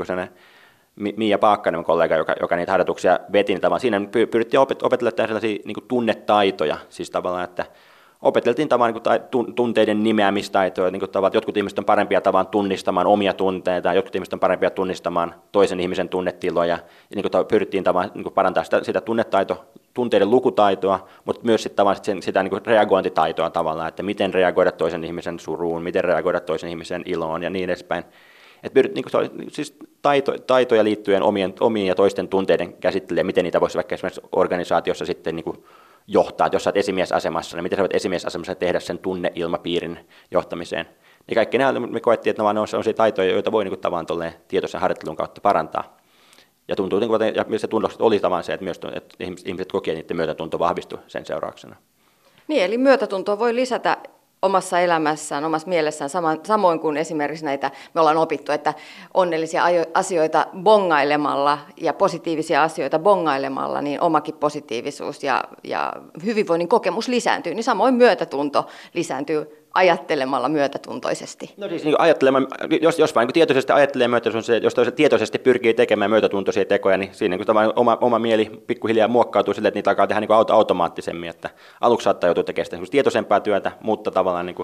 Speaker 4: Miia Paakkanen, kollega, joka niitä harjoituksia veti, niin siinä pyrittiin opetella sellaisia tunnetaitoja, siis tavallaan, että opeteltiin tunteiden nimeämistaitoja, jotkut ihmiset on parempia tavan tunnistamaan omia tunteita, jotkut ihmiset on parempia tunnistamaan toisen ihmisen tunnetiloja, ja pyrittiin parantaa sitä tunteiden lukutaitoa, mutta myös sitä reagointitaitoa tavallaan, että miten reagoida toisen ihmisen suruun, miten reagoida toisen ihmisen iloon ja niin edespäin. Että siis taitoja liittyen omien ja toisten tunteiden käsittelyyn, miten niitä voisi vaikka esimerkiksi organisaatiossa sitten johtaa, että jos olet esimiesasemassa, niin miten sä voit esimiesasemassa tehdä sen tunneilmapiirin johtamiseen. Ja kaikki nämä me koettiin, että nämä on sellaisia taitoja, joita voi tavallaan tietoisen harjoittelun kautta parantaa. Ja tuntuu, ja se tunnus oli tavallaan se, että myös että ihmiset koki, että niiden myötätunto vahvistui sen seurauksena.
Speaker 3: Niin, eli myötätuntoa voi lisätä omassa elämässään, omassa mielessään, samoin kuin esimerkiksi me ollaan opittu, että onnellisia asioita bongailemalla ja positiivisia asioita bongailemalla, niin omakin positiivisuus ja hyvinvoinnin kokemus lisääntyy, niin samoin myötätunto lisääntyy ajattelemalla myötätuntoisesti.
Speaker 4: No siis jos vain tietoisesti ajattelee myötätuntoisia, jos tietoisesti pyrkii tekemään myötätuntoisia tekoja, niin siinä oma mieli pikkuhiljaa muokkautuu sille, että niitä alkaa tehdä automaattisemmin, että aluksi saattaa joutua tekemään sitä tietoisempaa työtä, mutta tavallaan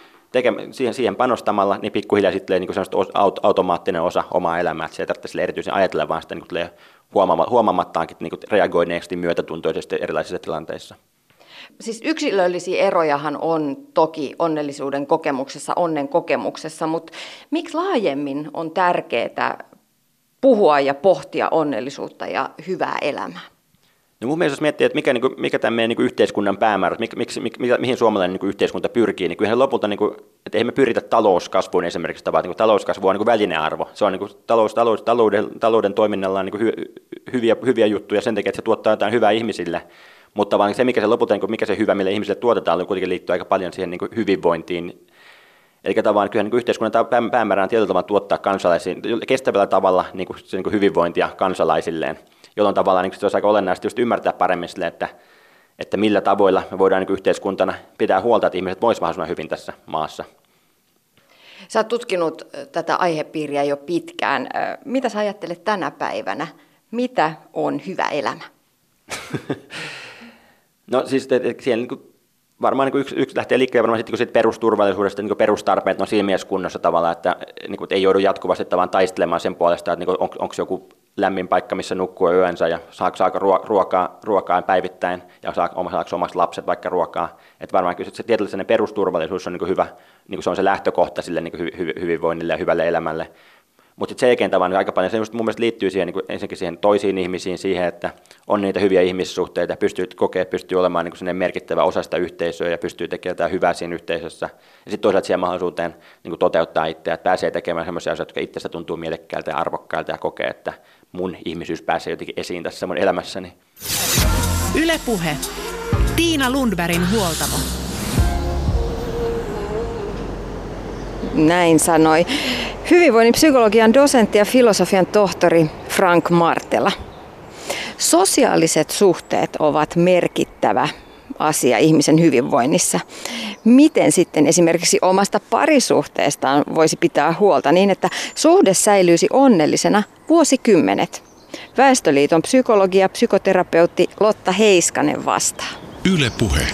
Speaker 4: siihen panostamalla, niin pikkuhiljaa sitten tulee automaattinen osa omaa elämää, että se ei tarvitse erityisen ajatella, vaan sitä tulee huomaamattaankin reagoineeksi myötätuntoisesti erilaisissa tilanteissa.
Speaker 3: Siis yksilöllisiä erojahan on toki onnellisuuden kokemuksessa, onnen kokemuksessa, mutta miksi laajemmin on tärkeää puhua ja pohtia onnellisuutta ja hyvää elämää?
Speaker 4: No mun mielestä jos miettii, että mikä tämän meidän yhteiskunnan päämäärä, mihin suomalainen yhteiskunta pyrkii, niin kyllähän lopulta, että eihän me pyritä talouskasvuun esimerkiksi, vaan talouskasvu on välinearvo. Se on talouden toiminnalla on hyviä juttuja sen takia, että se tuottaa jotain hyvää ihmisille. Mutta vaan se, mikä se hyvä, millä ihmisille tuotetaan, kuitenkin liittyy aika paljon siihen hyvinvointiin. Eli tavallaan kyllähän yhteiskunnan päämäärä on tietyllä tavalla tuottaa kansalaisiin kestävällä tavalla se hyvinvointia kansalaisilleen, jolloin tavallaan se olisi aika olennaista just ymmärtää paremmin sille, että millä tavoilla me voidaan yhteiskuntana pitää huolta, että ihmiset voisivat mahdollisimman hyvin tässä maassa.
Speaker 3: Sä oot tutkinut tätä aihepiiriä jo pitkään. Mitä sä ajattelet tänä päivänä? Mitä on hyvä elämä?
Speaker 4: No siis siellä varmaan yksi lähtee liikkeelle varmaan sitten perusturvallisuudesta, perustarpeet on siinä mielessä kunnossa tavallaan, että ei joudu jatkuvasti tavallaan taistelemaan sen puolesta, että onko joku lämmin paikka, missä nukkuu yönsä ja saako ruokaa päivittäin ja saako omat lapset vaikka ruokaa. Että varmaan kyllä se tietyllä perusturvallisuus on hyvä, se on se lähtökohta sille hyvinvoinnille ja hyvälle elämälle. Mutta sitten selkeän tavalla aika paljon se just mun mielestä liittyy ensinnäkin siihen toisiin ihmisiin, siihen, että on niitä hyviä ihmissuhteita, pystyy olemaan merkittävä osa sitä yhteisöä ja pystyy tekemään hyvää siinä yhteisössä. Ja sitten toisaalta siihen mahdollisuuteen toteuttaa itseä, että pääsee tekemään sellaisia asioita, jotka itsestä tuntuu mielekkäältä ja arvokkailta ja kokee, että mun ihmisyys pääsee jotenkin esiin tässä mun elämässäni.
Speaker 2: Yle Puhe. Tiina Lundbergin huoltamo.
Speaker 3: Näin sanoi hyvinvoinnin psykologian dosentti ja filosofian tohtori Frank Marttila. Sosiaaliset suhteet ovat merkittävä asia ihmisen hyvinvoinnissa. Miten sitten esimerkiksi omasta parisuhteestaan voisi pitää huolta niin, että suhde säilyisi onnellisena vuosikymmenet? Väestöliiton psykologi ja psykoterapeutti Lotta Heiskanen vastaa.
Speaker 1: Yle Puhe.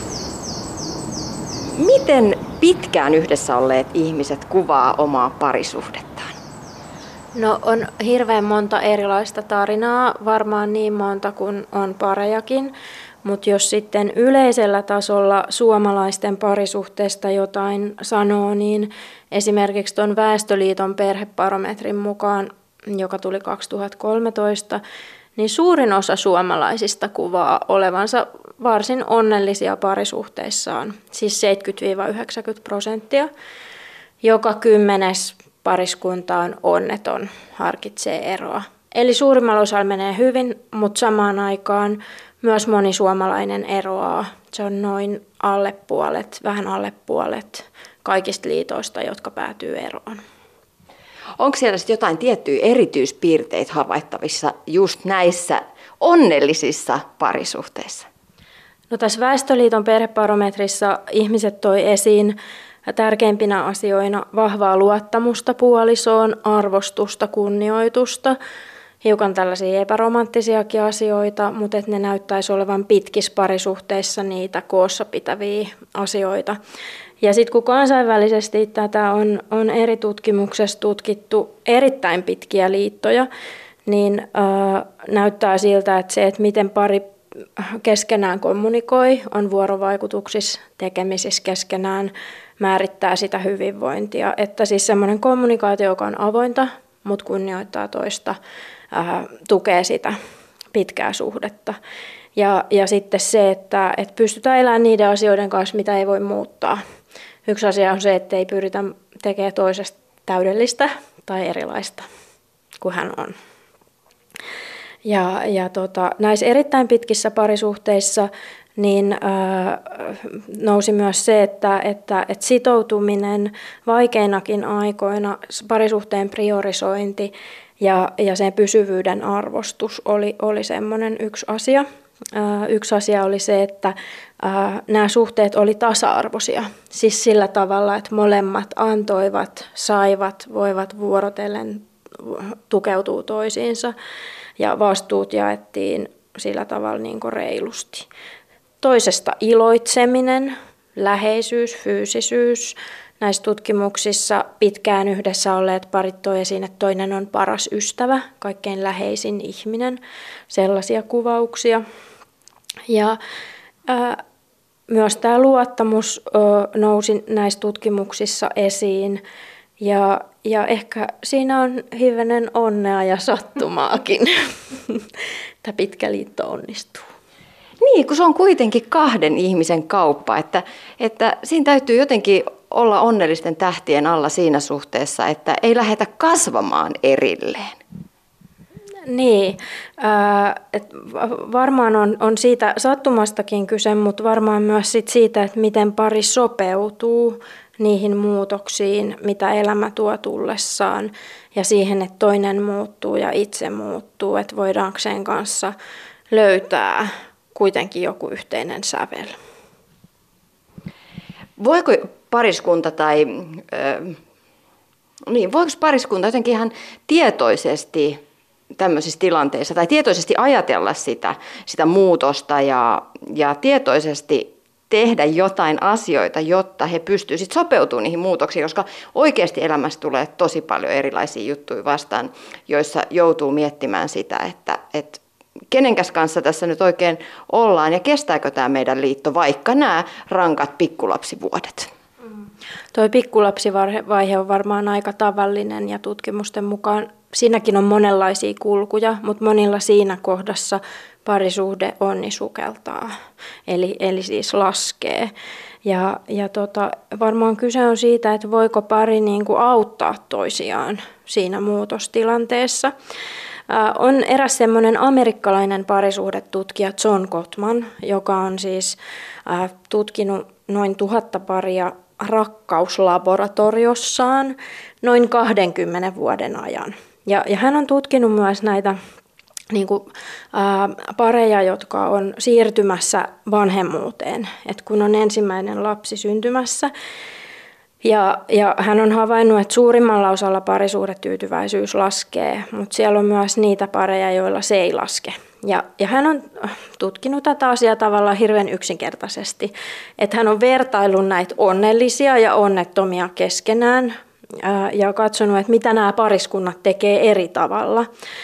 Speaker 3: Miten pitkään yhdessä olleet ihmiset kuvaa omaa parisuhdettaan?
Speaker 5: No on hirveän monta erilaista tarinaa, varmaan niin monta kuin on parejakin, mutta jos sitten yleisellä tasolla suomalaisten parisuhteesta jotain sanoo, niin esimerkiksi tuon Väestöliiton perhebarometrin mukaan, joka tuli 2013, niin suurin osa suomalaisista kuvaa olevansa varsin onnellisia parisuhteissaan, siis 70-90%. Joka 10. pariskunta on onneton, harkitsee eroa. Eli suurimmalla osalla menee hyvin, mutta samaan aikaan myös moni suomalainen eroaa. Se on noin alle puolet, vähän alle puolet kaikista liitoista, jotka päätyy eroon.
Speaker 3: Onko siellä sitten jotain tiettyjä erityispiirteitä havaittavissa just näissä onnellisissa parisuhteissa?
Speaker 5: No tässä Väestöliiton perhebarometrissa ihmiset toi esiin tärkeimpinä asioina vahvaa luottamusta puolisoon, arvostusta, kunnioitusta, hiukan tällaisia epäromanttisiakin asioita, mutta että ne näyttäisi olevan pitkissä parisuhteissa niitä koossa pitäviä asioita. Ja sitten kun kansainvälisesti tätä on eri tutkimuksessa tutkittu erittäin pitkiä liittoja, niin näyttää siltä, että se, että miten pari keskenään kommunikoi, on vuorovaikutuksissa, tekemisissä keskenään, määrittää sitä hyvinvointia. Että siis semmoinen kommunikaatio, joka on avointa, mutta kunnioittaa toista, tukee sitä pitkää suhdetta. Ja sitten se, että pystytään elämään niiden asioiden kanssa, mitä ei voi muuttaa. Yksi asia on se, että ei pyritä tekemään toisesta täydellistä tai erilaista kuin hän on. Ja näissä erittäin pitkissä parisuhteissa niin nousi myös se, että sitoutuminen vaikeinakin aikoina, parisuhteen priorisointi ja sen pysyvyyden arvostus oli semmoinen yksi asia. Yksi asia oli se, että nämä suhteet oli tasa-arvoisia, siis sillä tavalla, että molemmat antoivat, saivat, voivat vuorotellen tukeutua toisiinsa ja vastuut jaettiin sillä tavalla niin kuin reilusti. Toisesta iloitseminen, läheisyys, fyysisyys. Näissä tutkimuksissa pitkään yhdessä olleet parit toi esiin, että toinen on paras ystävä, kaikkein läheisin ihminen, sellaisia kuvauksia. Ja myös tämä luottamus nousi näissä tutkimuksissa esiin ja ehkä siinä on hivenen onnea ja sattumaakin, että pitkä liitto onnistuu.
Speaker 3: Niin, kun se on kuitenkin kahden ihmisen kauppa, että siinä täytyy jotenkin olla onnellisten tähtien alla siinä suhteessa, että ei lähdetä kasvamaan erilleen.
Speaker 5: Niin, varmaan on siitä sattumastakin kyse, mutta varmaan myös siitä, että miten pari sopeutuu niihin muutoksiin, mitä elämä tuo tullessaan ja siihen, että toinen muuttuu ja itse muuttuu, että voidaanko sen kanssa löytää kuitenkin joku yhteinen sävel.
Speaker 3: Voiko pariskunta voiko pariskunta jotenkin ihan tietoisesti tämmöisissä tilanteissa tai tietoisesti ajatella sitä muutosta ja tietoisesti tehdä jotain asioita, jotta he pystyisivät sopeutumaan niihin muutoksiin, koska oikeasti elämässä tulee tosi paljon erilaisia juttuja vastaan, joissa joutuu miettimään sitä, että kenenkäs kanssa tässä nyt oikein ollaan ja kestääkö tämä meidän liitto, vaikka nämä rankat pikkulapsivuodet.
Speaker 5: Tuo pikkulapsivaihe on varmaan aika tavallinen ja tutkimusten mukaan siinäkin on monenlaisia kulkuja, mutta monilla siinä kohdassa parisuhde onni sukeltaa, eli siis laskee. Ja varmaan kyse on siitä, että voiko pari niin kuin auttaa toisiaan siinä muutostilanteessa. On eräs semmoinen amerikkalainen parisuhdetutkija John Gottman, joka on siis tutkinut noin 1000 paria rakkauslaboratoriossaan noin 20 vuoden ajan. Ja hän on tutkinut myös näitä niin kuin, pareja, jotka on siirtymässä vanhemmuuteen, että kun on ensimmäinen lapsi syntymässä. Ja hän on havainnut, että suurimmalla osalla parisuhdetyytyväisyys laskee, mutta siellä on myös niitä pareja, joilla se ei laske. Ja hän on tutkinut tätä asiaa tavallaan hirveän yksinkertaisesti, että hän on vertaillut näitä onnellisia ja onnettomia keskenään ja katsonut, että mitä nämä pariskunnat tekee eri tavalla.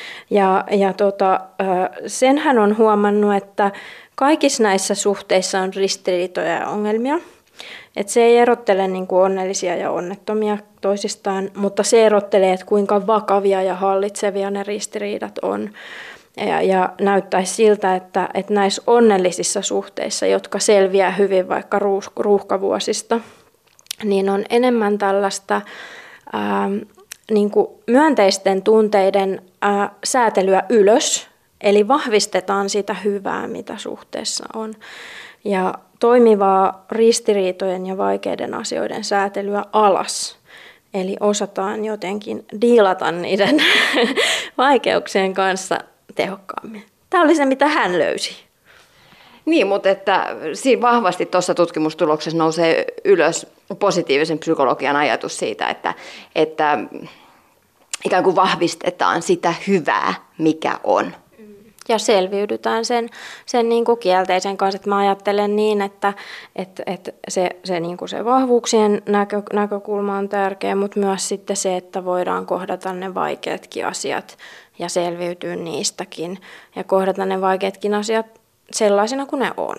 Speaker 5: Sen hän on huomannut, että kaikissa näissä suhteissa on ristiriitoja ja ongelmia. Että se ei erottele niin kuin onnellisia ja onnettomia toisistaan, mutta se erottelee, että kuinka vakavia ja hallitsevia ne ristiriidat on. Ja näyttäisi siltä, että näissä onnellisissa suhteissa, jotka selviää hyvin vaikka ruuhkavuosista, niin on enemmän tällaista niin kuin myönteisten tunteiden säätelyä ylös, eli vahvistetaan sitä hyvää, mitä suhteessa on. Ja toimivaa ristiriitojen ja vaikeiden asioiden säätelyä alas. Eli osataan jotenkin diilata niiden vaikeuksien kanssa tehokkaammin. Tämä oli se, mitä hän löysi.
Speaker 3: Niin, mutta että siinä vahvasti tuossa tutkimustuloksessa nousee ylös positiivisen psykologian ajatus siitä, että ikään kuin vahvistetaan sitä hyvää, mikä on.
Speaker 5: Ja selviydytään sen niin kuin kielteisen kanssa. Että mä ajattelen niin, että se, niin kuin se vahvuuksien näkökulma on tärkeä, mutta myös sitten se, että voidaan kohdata ne vaikeatkin asiat ja selviytyä niistäkin. Ja kohdata ne vaikeatkin asiat sellaisina kuin ne on.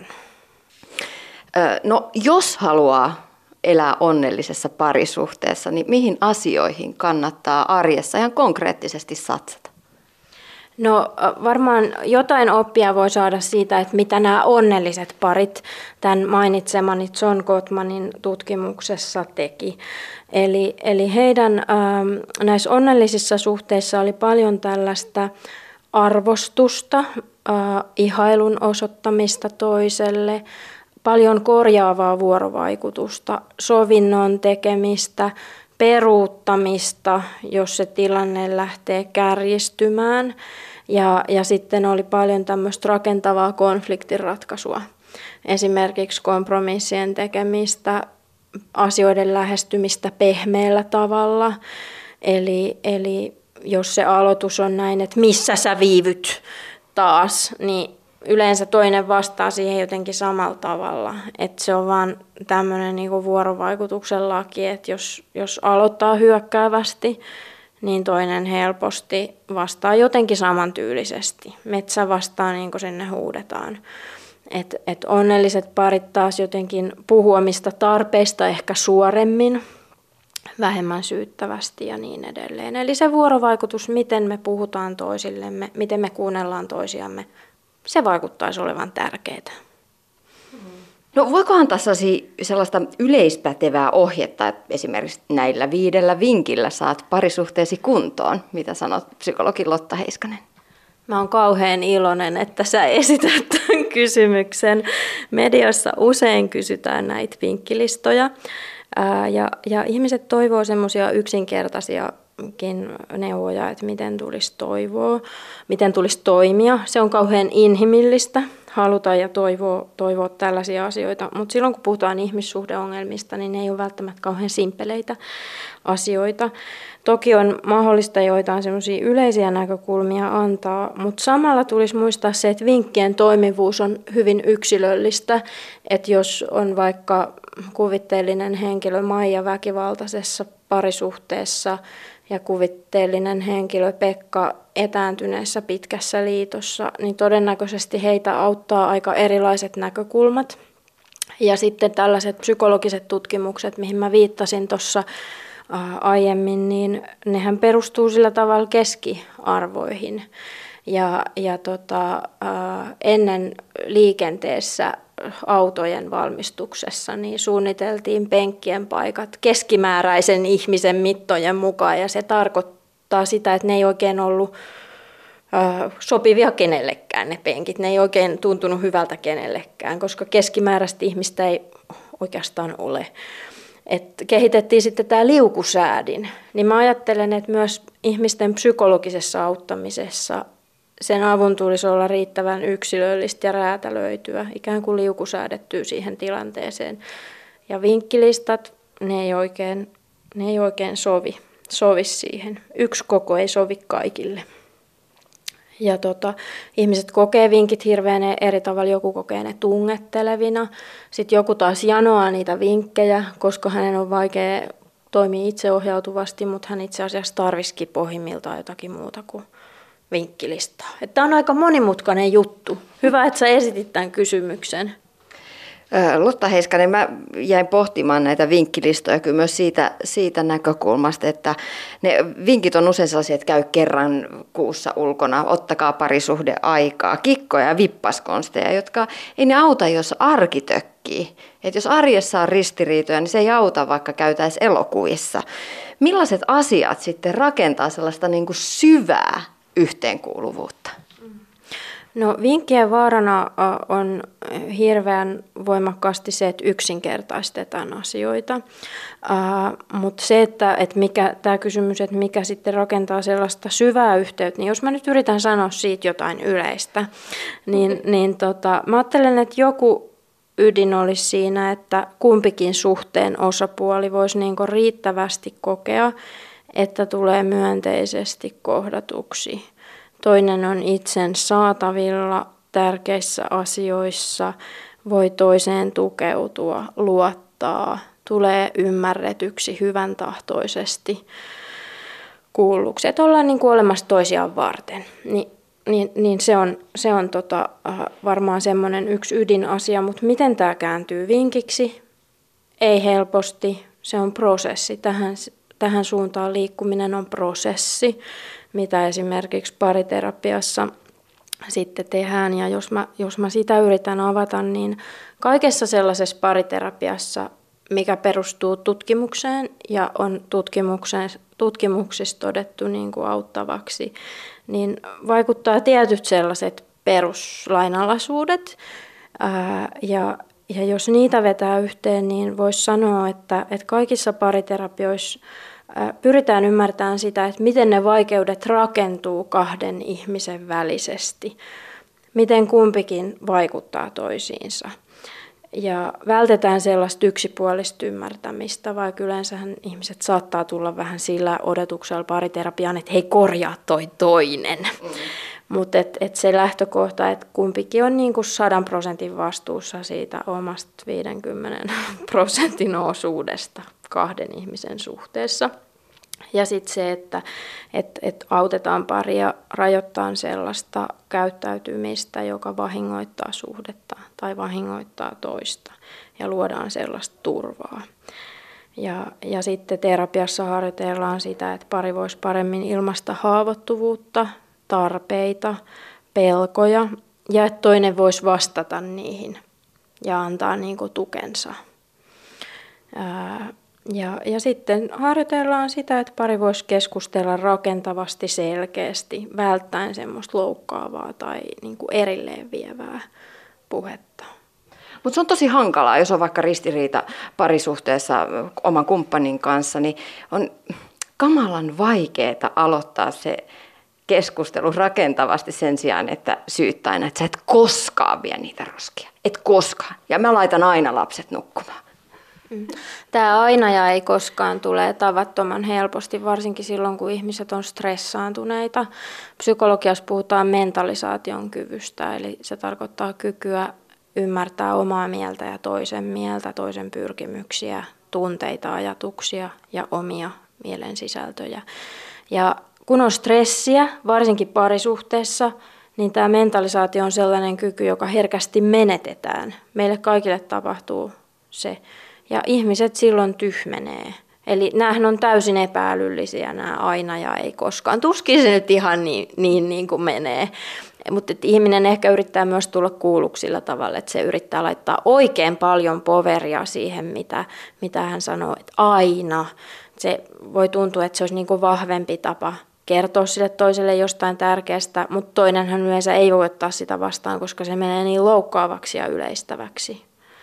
Speaker 3: No, jos haluaa elää onnellisessa parisuhteessa, niin mihin asioihin kannattaa arjessa ihan konkreettisesti satsata?
Speaker 5: No varmaan jotain oppia voi saada siitä, että mitä nämä onnelliset parit tämän mainitsemani John Gottmanin tutkimuksessa teki. Eli heidän näissä onnellisissa suhteissa oli paljon tällaista arvostusta, ihailun osoittamista toiselle, paljon korjaavaa vuorovaikutusta, sovinnon tekemistä, peruuttamista, jos se tilanne lähtee kärjistymään. Ja sitten oli paljon tämmöistä rakentavaa konfliktinratkaisua. Esimerkiksi kompromissien tekemistä, asioiden lähestymistä pehmeällä tavalla. Eli jos se aloitus on näin, että missä sä viivyt taas, niin yleensä toinen vastaa siihen jotenkin samalla tavalla. Että se on vaan tämmöinen niinku vuorovaikutuksen laki, että jos aloittaa hyökkäävästi, niin toinen helposti vastaa jotenkin samantyylisesti. Metsä vastaa niin kuin sinne huudetaan. Et onnelliset parit taas jotenkin puhuamista tarpeista ehkä suoremmin, vähemmän syyttävästi ja niin edelleen. Eli se vuorovaikutus, miten me puhutaan toisillemme, miten me kuunnellaan toisiamme, se vaikuttaisi olevan tärkeää.
Speaker 3: No voiko antaa sellaista yleispätevää ohjetta, että esimerkiksi näillä 5 vinkillä saat parisuhteesi kuntoon? Mitä sanot psykologi Lotta Heiskanen?
Speaker 5: Mä oon kauhean iloinen, että sä esität tämän kysymyksen. Mediassa usein kysytään näitä vinkkilistoja ja ihmiset toivoo semmoisia yksinkertaisiakin neuvoja, että miten tulisi toivoa, miten tulisi toimia. Se on kauhean inhimillistä. Haluta ja toivoa tällaisia asioita, mutta silloin kun puhutaan ihmissuhdeongelmista, niin ne ei ole välttämättä kauhean simpeleitä asioita. Toki on mahdollista joitain semmoisia yleisiä näkökulmia antaa, mutta samalla tulisi muistaa se, että vinkkien toimivuus on hyvin yksilöllistä, että jos on vaikka kuvitteellinen henkilö Maija väkivaltaisessa parisuhteessa ja kuvitteellinen henkilö Pekka etääntyneessä pitkässä liitossa, niin todennäköisesti heitä auttaa aika erilaiset näkökulmat. Ja sitten tällaiset psykologiset tutkimukset, mihin mä viittasin tuossa aiemmin, niin nehän perustuu sillä tavalla keskiarvoihin. Ennen liikenteessä autojen valmistuksessa niin suunniteltiin penkkien paikat keskimääräisen ihmisen mittojen mukaan, ja se tarkoittaa sitä, että ne ei oikein ollut sopivia kenellekään ne penkit. Ne ei oikein tuntunut hyvältä kenellekään, koska keskimääräistä ihmistä ei oikeastaan ole. Kehitettiin sitten tämä liukusäädin, niin mä ajattelen, että myös ihmisten psykologisessa auttamisessa sen avun tulisi olla riittävän yksilöllistä ja räätälöityä, ikään kuin liukusäädettyä siihen tilanteeseen. Ja vinkkilistat, ne ei oikein sovi siihen. Yksi koko ei sovi kaikille. Ja ihmiset kokee vinkit hirveän eri tavalla, joku kokee ne tungettelevina. Sitten joku taas janoaa niitä vinkkejä, koska hänen on vaikea toimia itseohjautuvasti, mutta hän itse asiassa tarvisikin pohjimmiltaan jotakin muuta kuin vinkkilistaa. Tämä on aika monimutkainen juttu. Hyvä, että sä esitit tämän kysymyksen.
Speaker 3: Lotta Heiskanen, mä jäin pohtimaan näitä vinkkilistoja kyllä myös siitä näkökulmasta, että ne vinkit on usein sellaisia, että käy kerran kuussa ulkona, ottakaa parisuhde aikaa, kikkoja ja vippaskonsteja, jotka ei ne auta, jos arki tökkii. Että jos arjessa on ristiriitoja, niin se ei auta, vaikka käytäisiin elokuvissa. Millaiset asiat sitten rakentaa sellaista niin kuin syvää yhteenkuuluvuutta?
Speaker 5: No, vinkkien vaarana on hirveän voimakkaasti se, että yksinkertaistetaan asioita, mutta se, että tämä kysymys, että mikä sitten rakentaa sellaista syvää yhteyttä, niin jos mä nyt yritän sanoa siitä jotain yleistä, niin mä ajattelen, että joku ydin olisi siinä, että kumpikin suhteen osapuoli voisi niinku riittävästi kokea, että tulee myönteisesti kohdatuksi. Toinen on itsen saatavilla tärkeissä asioissa, voi toiseen tukeutua, luottaa, tulee ymmärretyksi hyvän tahtoisesti kuulluksi. Että ollaan niin kuin olemassa toisiaan varten. Niin se on varmaan semmoinen yksi ydinasia, mutta miten tämä kääntyy vinkiksi? Ei helposti, se on prosessi. Tähän suuntaan liikkuminen on prosessi, mitä esimerkiksi pariterapiassa sitten tehdään. Ja jos mä sitä yritän avata, niin kaikessa sellaisessa pariterapiassa, mikä perustuu tutkimukseen ja on tutkimuksissa todettu niin kuin auttavaksi, niin vaikuttaa tietyt sellaiset peruslainalaisuudet. Ja jos niitä vetää yhteen, niin voisi sanoa, että kaikissa pariterapioissa pyritään ymmärtämään sitä, että miten ne vaikeudet rakentuu kahden ihmisen välisesti, miten kumpikin vaikuttaa toisiinsa. Ja vältetään sellaista yksipuolista ymmärtämistä, vaikka yleensähän ihmiset saattaa tulla vähän sillä odotuksella pariterapiaan, että hei, korjaa toi toinen. Mutta se lähtökohta, että kumpikin on niin kuin 100% vastuussa siitä omasta 50% osuudesta kahden ihmisen suhteessa. Ja sitten se, että autetaan paria rajoittamaan sellaista käyttäytymistä, joka vahingoittaa suhdetta tai vahingoittaa toista, ja luodaan sellaista turvaa. Ja sitten terapiassa harjoitellaan sitä, että pari voisi paremmin ilmaista haavoittuvuutta, tarpeita, pelkoja, ja että toinen voisi vastata niihin ja antaa niin kuin tukensa. Ja sitten harjoitellaan sitä, että pari voisi keskustella rakentavasti, selkeästi, välttäen semmoista loukkaavaa tai niin kuin erilleen vievää puhetta.
Speaker 3: Mutta se on tosi hankalaa, jos on vaikka ristiriita parisuhteessa oman kumppanin kanssa, niin on kamalan vaikeaa aloittaa se keskustelu rakentavasti sen sijaan, että syyttää aina, että sä et koskaan vie niitä roskia. Et koskaan. Ja mä laitan aina lapset nukkumaan.
Speaker 5: Tämä aina ja ei koskaan tulee tavattoman helposti, varsinkin silloin, kun ihmiset on stressaantuneita. Psykologiassa puhutaan mentalisaation kyvystä, eli se tarkoittaa kykyä ymmärtää omaa mieltä ja toisen pyrkimyksiä, tunteita, ajatuksia ja omia mielen sisältöjä. Ja kun on stressiä, varsinkin parisuhteessa, niin tämä mentalisaatio on sellainen kyky, joka herkästi menetetään. Meille kaikille tapahtuu se. Ja ihmiset silloin tyhmenee. Eli näähän on täysin epä-älyllisiä, nämä aina ja ei koskaan. Tuskin se nyt ihan niin kuin menee. Mutta ihminen ehkä yrittää myös tulla kuulluksi sillä tavalla, että se yrittää laittaa oikein paljon poveria siihen, mitä hän sanoo, että aina. Se voi tuntua, että se olisi niin kuin vahvempi tapa kertoa sille toiselle jostain tärkeästä, mutta toinenhan yleensä ei voi ottaa sitä vastaan, koska se menee niin loukkaavaksi ja yleistäväksi.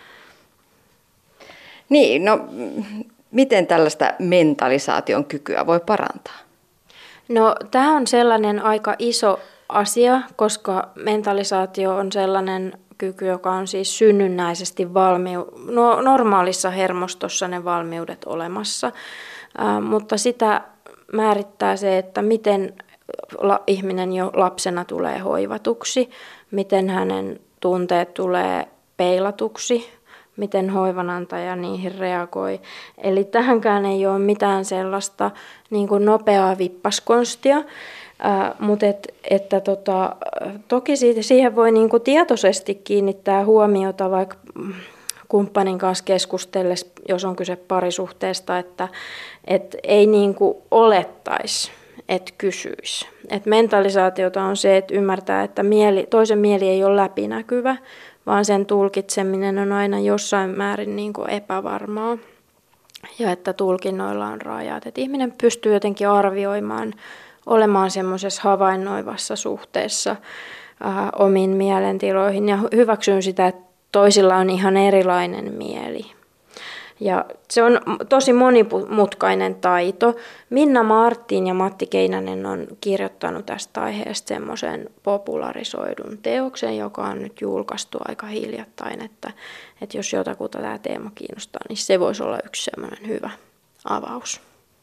Speaker 3: Niin, no miten tällaista mentalisaation kykyä voi parantaa?
Speaker 5: No tämä on sellainen aika asia, koska mentalisaatio on sellainen kyky, joka on siis synnynnäisesti normaalissa hermostossa ne valmiudet olemassa, mutta sitä määrittää se, että miten ihminen jo lapsena tulee hoivatuksi, miten hänen tunteet tulee peilatuksi, miten hoivanantaja niihin reagoi. Eli tähänkään ei ole mitään sellaista niin kuin nopeaa vippaskonstia, mutta toki siihen voi niin kuin tietoisesti kiinnittää huomiota vaikka kumppanin kanssa keskustellessa, jos on kyse parisuhteesta, että ei niin kuin olettaisi, että kysyisi. Et mentalisaatiota on se, että ymmärtää, että toisen mieli ei ole läpinäkyvä, vaan sen tulkitseminen on aina jossain määrin niin kuin epävarmaa ja että tulkinnoilla on rajat. Et ihminen pystyy jotenkin arvioimaan, olemaan semmoisessa havainnoivassa suhteessa omiin mielentiloihin ja hyväksyn sitä, että toisilla on ihan erilainen mieli. Ja se on tosi monimutkainen taito. Minna Martin ja Matti Keinänen on kirjoittanut tästä aiheesta semmoisen popularisoidun teoksen, joka on nyt julkaistu aika hiljattain, että jos jotakuta tämä teema kiinnostaa, niin se voisi olla yksi semmoinen hyvä avaus.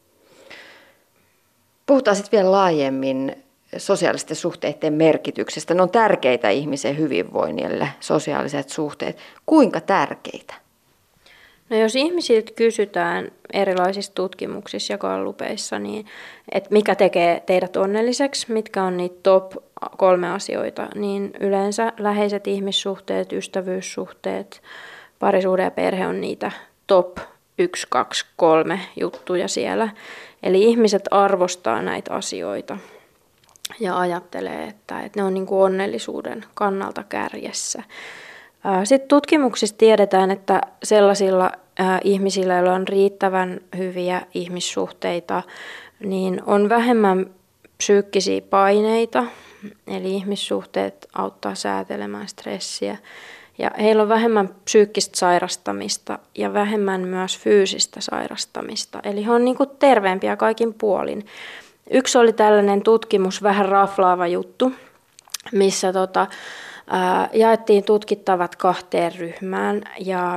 Speaker 3: Puhutaan sitten vielä laajemmin sosiaalisten suhteiden merkityksestä. Ne on tärkeitä ihmisen hyvinvoinnille, sosiaaliset suhteet. Kuinka tärkeitä?
Speaker 5: No jos ihmisiltä kysytään erilaisissa tutkimuksissa ja gallupeissa, niin että mikä tekee teidät onnelliseksi, mitkä on niitä top 3 asioita, niin yleensä läheiset ihmissuhteet, ystävyyssuhteet, parisuhde ja perhe on niitä top 1, 2, 3 juttuja siellä. Eli ihmiset arvostaa näitä asioita ja ajattelee, että ne on niin kuin onnellisuuden kannalta kärjessä. Sitten tutkimuksissa tiedetään, että sellaisilla ihmisillä, joilla on riittävän hyviä ihmissuhteita, niin on vähemmän psyykkisiä paineita, eli ihmissuhteet auttaa säätelemään stressiä. Ja heillä on vähemmän psyykkistä sairastamista ja vähemmän myös fyysistä sairastamista, eli he on niin kuin terveempiä kaikin puolin. Yksi oli tällainen tutkimus, vähän raflaava juttu, missä jaettiin tutkittavat 2 ryhmään ja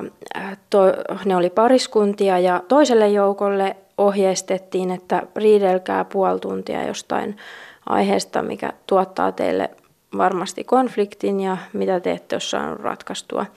Speaker 5: ne oli pariskuntia ja toiselle joukolle ohjeistettiin, että riidelkää puoli tuntia jostain aiheesta, mikä tuottaa teille varmasti konfliktin ja mitä te ette ole saanut ratkaistua.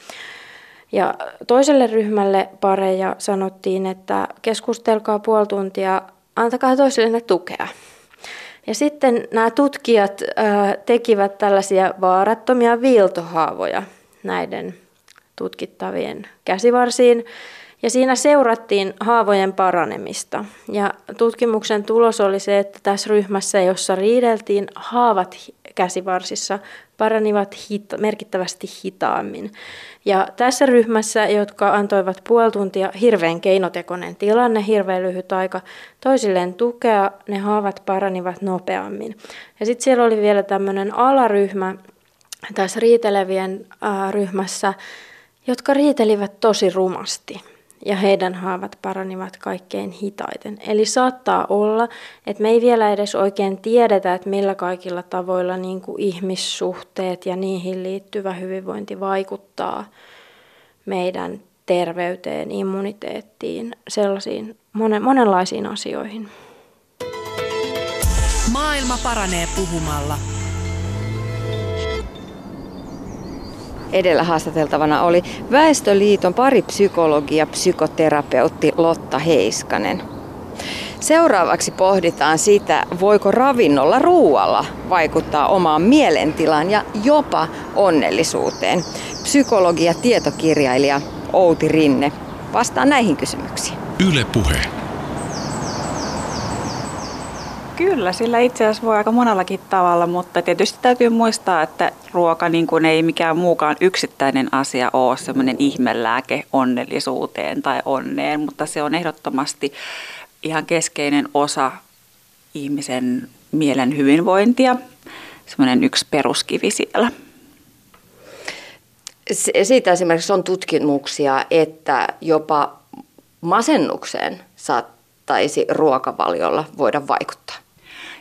Speaker 5: Ja toiselle ryhmälle pareja sanottiin, että keskustelkaa puoli tuntia, antakaa toisellenne tukea. Ja sitten nämä tutkijat tekivät tällaisia vaarattomia viiltohaavoja näiden tutkittavien käsivarsiin. Ja siinä seurattiin haavojen paranemista. Ja tutkimuksen tulos oli se, että tässä ryhmässä, jossa riideltiin, haavat käsivarsissa paranivat merkittävästi hitaammin. Ja tässä ryhmässä, jotka antoivat puoli tuntia, hirveän keinotekoinen tilanne, hirveän lyhyt aika, toisilleen tukea, ne haavat paranivat nopeammin. Ja sitten siellä oli vielä tämmöinen alaryhmä tässä riitelevien ryhmässä, jotka riitelivät tosi rumasti. Ja heidän haavat paranivat kaikkein hitaiten. Eli saattaa olla, että me ei vielä edes oikein tiedetä, että millä kaikilla tavoilla niin kuin ihmissuhteet ja niihin liittyvä hyvinvointi vaikuttaa meidän terveyteen, immuniteettiin, sellaisiin monenlaisiin asioihin.
Speaker 2: Maailma paranee puhumalla.
Speaker 3: Edellä haastateltavana oli Väestöliiton paripsykologi ja psykoterapeutti Lotta Heiskanen. Seuraavaksi pohditaan sitä, voiko ravinnolla, ruualla vaikuttaa omaan mielentilaan ja jopa onnellisuuteen. Psykologi ja tietokirjailija Outi Rinne vastaa näihin kysymyksiin.
Speaker 1: Yle Puhe.
Speaker 6: Kyllä, sillä itse asiassa voi aika monellakin tavalla, mutta tietysti täytyy muistaa, että ruoka niin kuin ei mikään muukaan yksittäinen asia ole semmoinen ihmelääke onnellisuuteen tai onneen, mutta se on ehdottomasti ihan keskeinen osa ihmisen mielen hyvinvointia, semmoinen yksi peruskivi siellä.
Speaker 3: Siitä esimerkiksi on tutkimuksia, että jopa masennukseen saattaisi ruokavaliolla voida vaikuttaa.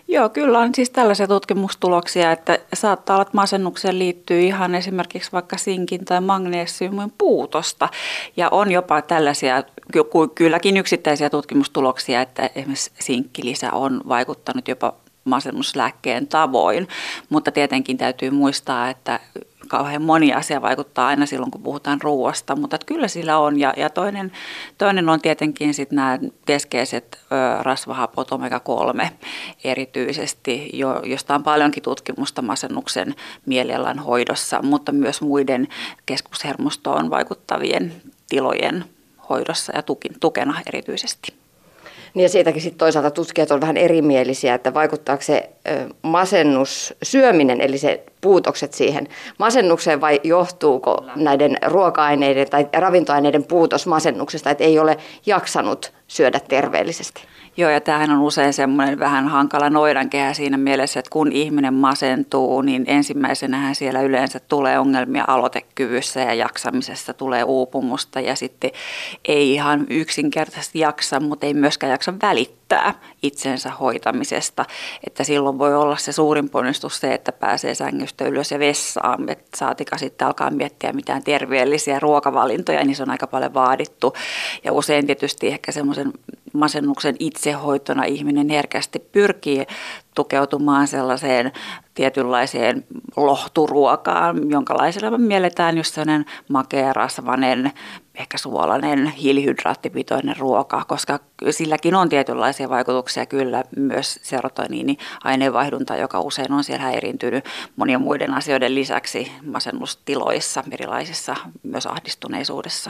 Speaker 6: Joo, kyllä on siis tällaisia tutkimustuloksia, että saattaa olla, että masennukseen liittyy ihan esimerkiksi vaikka sinkin tai magneesiumin puutosta. Ja on jopa tällaisia, kylläkin yksittäisiä tutkimustuloksia, että esimerkiksi sinkkilisä on vaikuttanut jopa masennuslääkkeen tavoin. Mutta tietenkin täytyy muistaa, että kauhean moni asia vaikuttaa aina silloin, kun puhutaan ruoasta, mutta että kyllä sillä on. Ja toinen on tietenkin sitten nämä keskeiset rasvahapot omega-3 erityisesti, josta on paljonkin tutkimusta masennuksen mielialan hoidossa, mutta myös muiden keskushermostoon vaikuttavien tilojen hoidossa ja tukena erityisesti.
Speaker 3: Niin ja siitäkin sitten toisaalta tutkijat on vähän erimielisiä, että vaikuttaako se masennussyöminen, eli se puutokset siihen masennukseen vai johtuuko näiden ruoka-aineiden tai ravintoaineiden puutos masennuksesta, että ei ole jaksanut syödä terveellisesti?
Speaker 6: Joo, ja tämähän on usein semmoinen vähän hankala noidankehä siinä mielessä, että kun ihminen masentuu, niin ensimmäisenähän siellä yleensä tulee ongelmia aloitekyvyssä ja jaksamisessa, tulee uupumusta ja sitten ei ihan yksinkertaisesti jaksa, mutta ei myöskään jaksa välittää itsensä hoitamisesta. Että silloin voi olla se suurin ponnistus se, että pääsee sängystä ylös ja vessaan, että saatika sitten alkaa miettiä mitään terveellisiä ruokavalintoja, niin se on aika paljon vaadittu. Ja usein tietysti ehkä semmoisen masennuksen itsehoitona ihminen herkästi pyrkii tukeutumaan sellaiseen tietynlaiseen lohturuokaan, jonkalaisella mielletään just sellainen makea, rasvainen, ehkä suolainen, hiilihydraattipitoinen ruoka, koska silläkin on tietynlaisia vaikutuksia kyllä myös serotoniini-aineenvaihdunta, joka usein on siellä häiriintynyt monien muiden asioiden lisäksi masennustiloissa, erilaisissa myös ahdistuneisuudessa.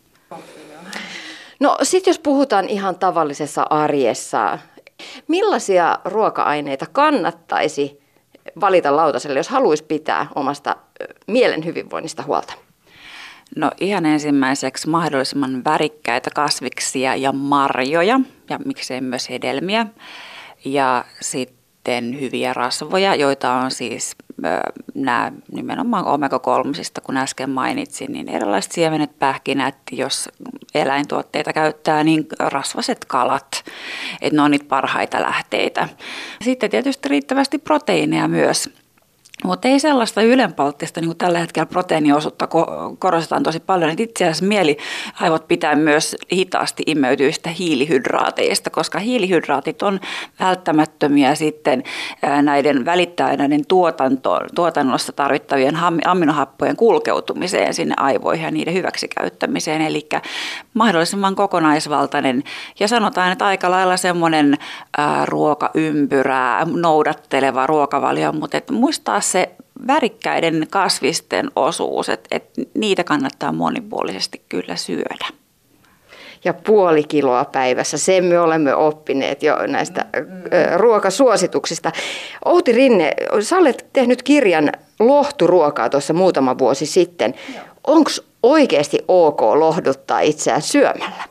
Speaker 3: No sitten jos puhutaan ihan tavallisessa arjessa, millaisia ruoka-aineita kannattaisi valita lautaselle, jos haluaisi pitää omasta mielen hyvinvoinnista huolta?
Speaker 6: No ihan ensimmäiseksi mahdollisimman värikkäitä kasviksia ja marjoja ja miksei myös hedelmiä ja sitten hyviä rasvoja, joita on siis nämä nimenomaan omega-3, kun äsken mainitsin, niin erilaiset siemenet, pähkinät, jos eläintuotteita käyttää, niin rasvaset kalat, että ne on niitä parhaita lähteitä. Sitten tietysti riittävästi proteiineja myös. Mutta ei sellaista ylenpalttista, niin kuin tällä hetkellä proteiiniosuutta korostetaan tosi paljon, että itse asiassa mieliaivot pitää myös hitaasti imeytyistä hiilihydraateista, koska hiilihydraatit on välttämättömiä sitten näiden välittäjäiden tuotannossa tarvittavien aminohappojen kulkeutumiseen sinne aivoihin ja niiden hyväksikäyttämiseen, eli mahdollisimman kokonaisvaltainen ja sanotaan, että aika lailla semmoinen ruokaympyrää noudatteleva ruokavalio, mutta et muistaa se värikkäiden kasvisten osuus, että niitä kannattaa monipuolisesti kyllä syödä.
Speaker 3: Ja 0,5 kiloa päivässä, sen me olemme oppineet jo näistä ruokasuosituksista. Outi Rinne, sä olet tehnyt kirjan lohturuokaa tuossa muutama vuosi sitten. Onko oikeasti ok lohduttaa itseään syömällä?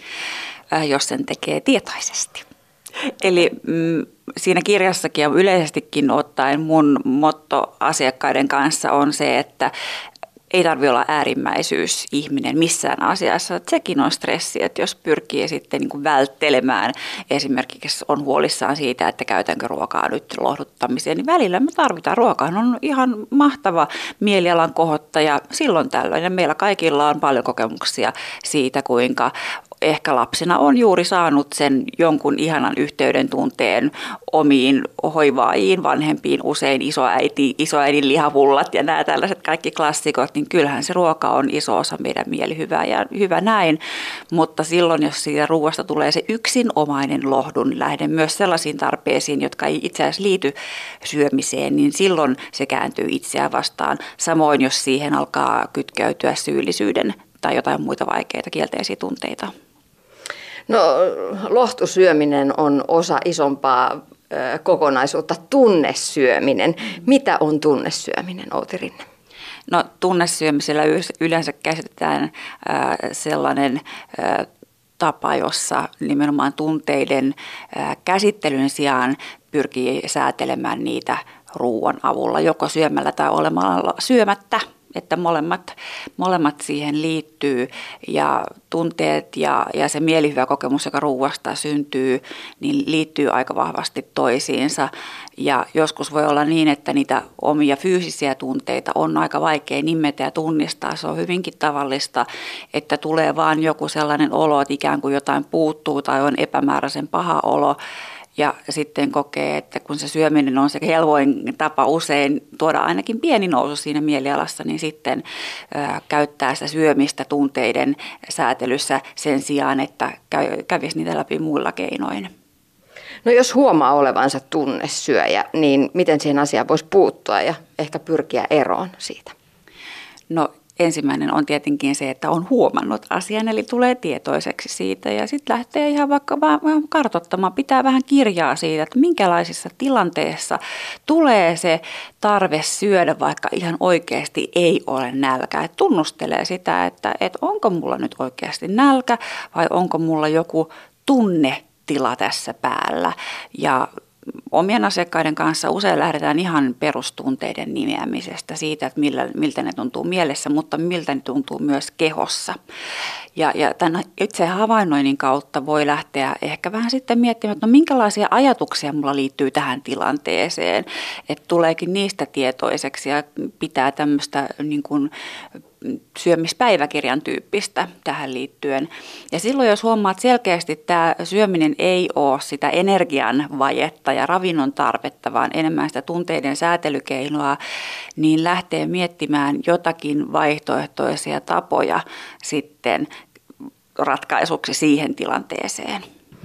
Speaker 6: Jos sen tekee tietoisesti. Eli siinä kirjassakin ja yleisestikin ottaen mun motto asiakkaiden kanssa on se, että ei tarvitse olla äärimmäisyysihminen missään asiassa. Sekin on stressi, että jos pyrkii sitten niin kuin välttelemään, esimerkiksi on huolissaan siitä, että käytänkö ruokaa nyt lohduttamiseen, niin välillä me tarvitaan. Ruokaan on ihan mahtava mielialan kohottaja silloin tällöin. Ja meillä kaikilla on paljon kokemuksia siitä, kuinka ehkä lapsena on juuri saanut sen jonkun ihanan yhteyden tunteen omiin hoivaajiin, vanhempiin, usein isoäidin lihapullat ja nämä tällaiset kaikki klassikot, niin kyllähän se ruoka on iso osa meidän mielihyvää ja hyvä näin, mutta silloin, jos siitä ruoasta tulee se yksinomainen lohdun lähde myös sellaisiin tarpeisiin, jotka ei itse asiassa liity syömiseen, niin silloin se kääntyy itseään vastaan. Samoin, jos siihen alkaa kytkeytyä syyllisyyden tai jotain muita vaikeita kielteisiä tunteita.
Speaker 3: No, lohtusyöminen on osa isompaa kokonaisuutta, tunnesyöminen. Mitä on tunnesyöminen, Outi Rinne?
Speaker 6: No, tunnesyömisellä yleensä käsitetään sellainen tapa, jossa nimenomaan tunteiden käsittelyn sijaan pyrkii säätelemään niitä ruoan avulla, joko syömällä tai olemalla syömättä. että molemmat siihen liittyy ja tunteet ja se mielihyvä kokemus, joka ruuasta syntyy, niin liittyy aika vahvasti toisiinsa. Ja joskus voi olla niin, että niitä omia fyysisiä tunteita on aika vaikea nimetä ja tunnistaa. Se on hyvinkin tavallista, että tulee vaan joku sellainen olo, että ikään kuin jotain puuttuu tai on epämääräisen paha olo. Ja sitten kokee, että kun se syöminen on se helpoin tapa usein tuoda ainakin pieni nousu siinä mielialassa, niin sitten käyttää sitä syömistä tunteiden säätelyssä sen sijaan, että kävisi niitä läpi muilla keinoin.
Speaker 3: No jos huomaa olevansa tunnesyöjä, niin miten siihen asiaan voisi puuttua ja ehkä pyrkiä eroon siitä?
Speaker 6: No ensimmäinen on tietenkin se, että on huomannut asian, eli tulee tietoiseksi siitä ja sitten lähtee ihan vaikka vähän kartoittamaan, pitää vähän kirjaa siitä, että minkälaisissa tilanteissa tulee se tarve syödä, vaikka ihan oikeasti ei ole nälkä. Et tunnustelee sitä, että onko mulla nyt oikeasti nälkä vai onko mulla joku tunnetila tässä päällä. Ja omien asiakkaiden kanssa usein lähdetään ihan perustunteiden nimeämisestä siitä, että miltä ne tuntuu mielessä, mutta miltä ne tuntuu myös kehossa. Ja tämän itse havainnoinnin kautta voi lähteä ehkä vähän sitten miettimään, että no minkälaisia ajatuksia mulla liittyy tähän tilanteeseen. Että tuleekin niistä tietoiseksi ja pitää tämmöistä niin kuin syömispäiväkirjan tyyppistä tähän liittyen. Ja silloin, jos huomaat selkeästi, että tämä syöminen ei ole sitä energian vajetta ja ravinnon tarvetta, vaan enemmän sitä tunteiden säätelykeinoa, niin lähtee miettimään jotakin vaihtoehtoisia tapoja sitten ratkaisuksi siihen tilanteeseen.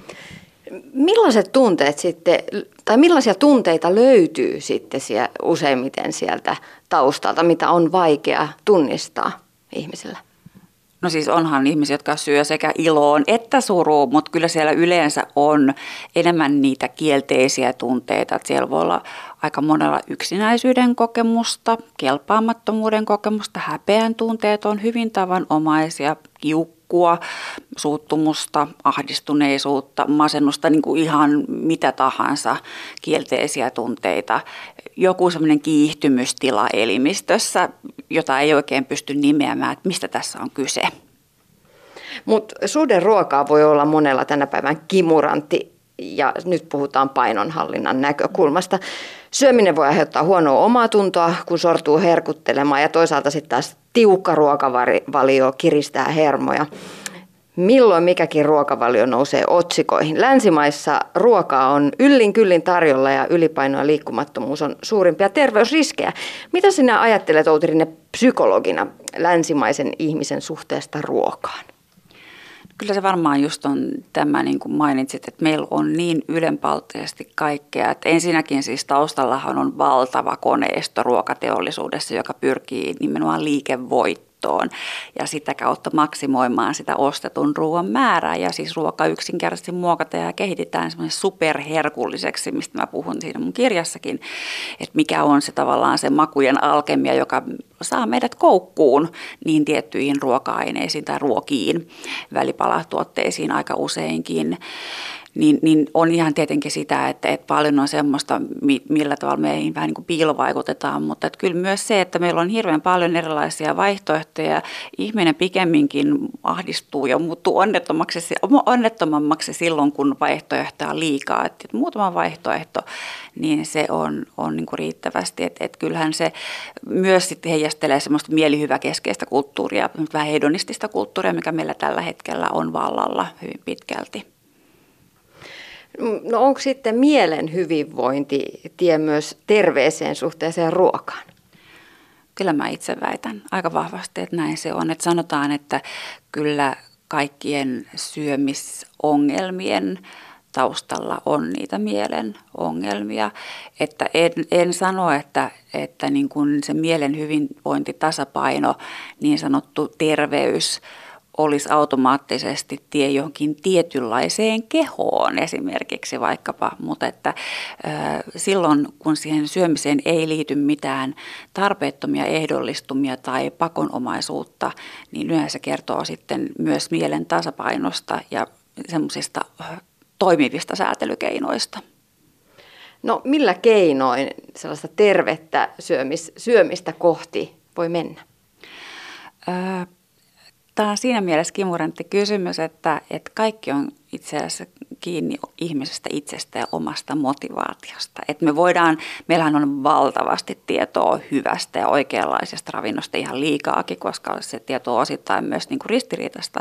Speaker 3: Millaiset tunteet sitten, tai millaisia tunteita löytyy sitten useimmiten sieltä taustalta, mitä on vaikea tunnistaa ihmisillä?
Speaker 6: No siis onhan ihmisiä, jotka syö sekä iloon että suruun, mutta kyllä siellä yleensä on enemmän niitä kielteisiä tunteita. Että siellä voi olla aika monella yksinäisyyden kokemusta, kelpaamattomuuden kokemusta, häpeän tunteet on hyvin tavanomaisia, kiukkua, suuttumusta, ahdistuneisuutta, masennusta, niin kuin ihan mitä tahansa kielteisiä tunteita. Joku semmoinen kiihtymystila elimistössä, jota ei oikein pysty nimeämään, että mistä tässä on kyse.
Speaker 3: Mutta suhderuokaa voi olla monella tänä päivän kimurantti ja nyt puhutaan painonhallinnan näkökulmasta. Syöminen voi aiheuttaa huonoa omaatuntoa, kun sortuu herkuttelemaan ja toisaalta sitten taas tiukka ruokavalio kiristää hermoja. Milloin mikäkin ruokavalio nousee otsikoihin? Länsimaissa ruokaa on yllin kyllin tarjolla ja ylipaino ja liikkumattomuus on suurimpia terveysriskejä. Mitä sinä ajattelet, Outi Rinne, psykologina länsimaisen ihmisen suhteesta ruokaan?
Speaker 6: Kyllä se varmaan just on tämä, niin kuin mainitsit, että meillä on niin ylenpalttisesti kaikkea. Että ensinnäkin siis taustallahan on valtava koneisto ruokateollisuudessa, joka pyrkii nimenomaan liikevoittoon ja sitä kautta maksimoimaan sitä ostetun ruoan määrää. Ja siis ruoka yksinkertaisesti muokataan ja kehitetään semmoinen superherkulliseksi, mistä mä puhun siinä mun kirjassakin, että mikä on se tavallaan se makujen alkemia, joka saa meidät koukkuun niin tiettyihin ruoka-aineisiin tai ruokiin, välipalatuotteisiin aika useinkin. Niin on ihan tietenkin sitä, että paljon on semmoista, millä tavalla meihin vähän niin kuin piilovaikutetaan, mutta että kyllä myös se, että meillä on hirveän paljon erilaisia vaihtoehtoja. Ihminen pikemminkin ahdistuu ja muuttuu onnettomammaksi silloin, kun vaihtoehtoja on liikaa. Että muutama vaihtoehto, niin se on niin kuin riittävästi. Että kyllähän se myös sitten heijastelee semmoista mielihyväkeskeistä kulttuuria, vähän hedonistista kulttuuria, mikä meillä tällä hetkellä on vallalla hyvin pitkälti.
Speaker 3: No onko sitten mielen hyvinvointi tie myös terveeseen suhteeseen ruokaan?
Speaker 6: Kyllä mä itse väitän aika vahvasti, että näin se on. Että sanotaan, että kyllä kaikkien syömisongelmien taustalla on niitä mielen ongelmia. Että en sano, että niin kuin se mielen hyvinvointi, tasapaino, niin sanottu terveys olisi automaattisesti tie johonkin tietynlaiseen kehoon esimerkiksi vaikkapa, mutta että silloin kun siihen syömiseen ei liity mitään tarpeettomia ehdollistumia tai pakonomaisuutta, niin yleensä kertoo sitten myös mielen tasapainosta ja semmoisista toimivista säätelykeinoista.
Speaker 3: No millä keinoin sellaista tervettä syömistä kohti voi mennä?
Speaker 6: Tämä on siinä mielessä kimurantti kysymys, että kaikki on itse asiassa kiinni ihmisestä itsestä ja omasta motivaatiosta. Että meillähän on valtavasti tietoa hyvästä ja oikeanlaisesta ravinnosta ihan liikaakin, koska se tieto on osittain myös niin kuin ristiriitaista.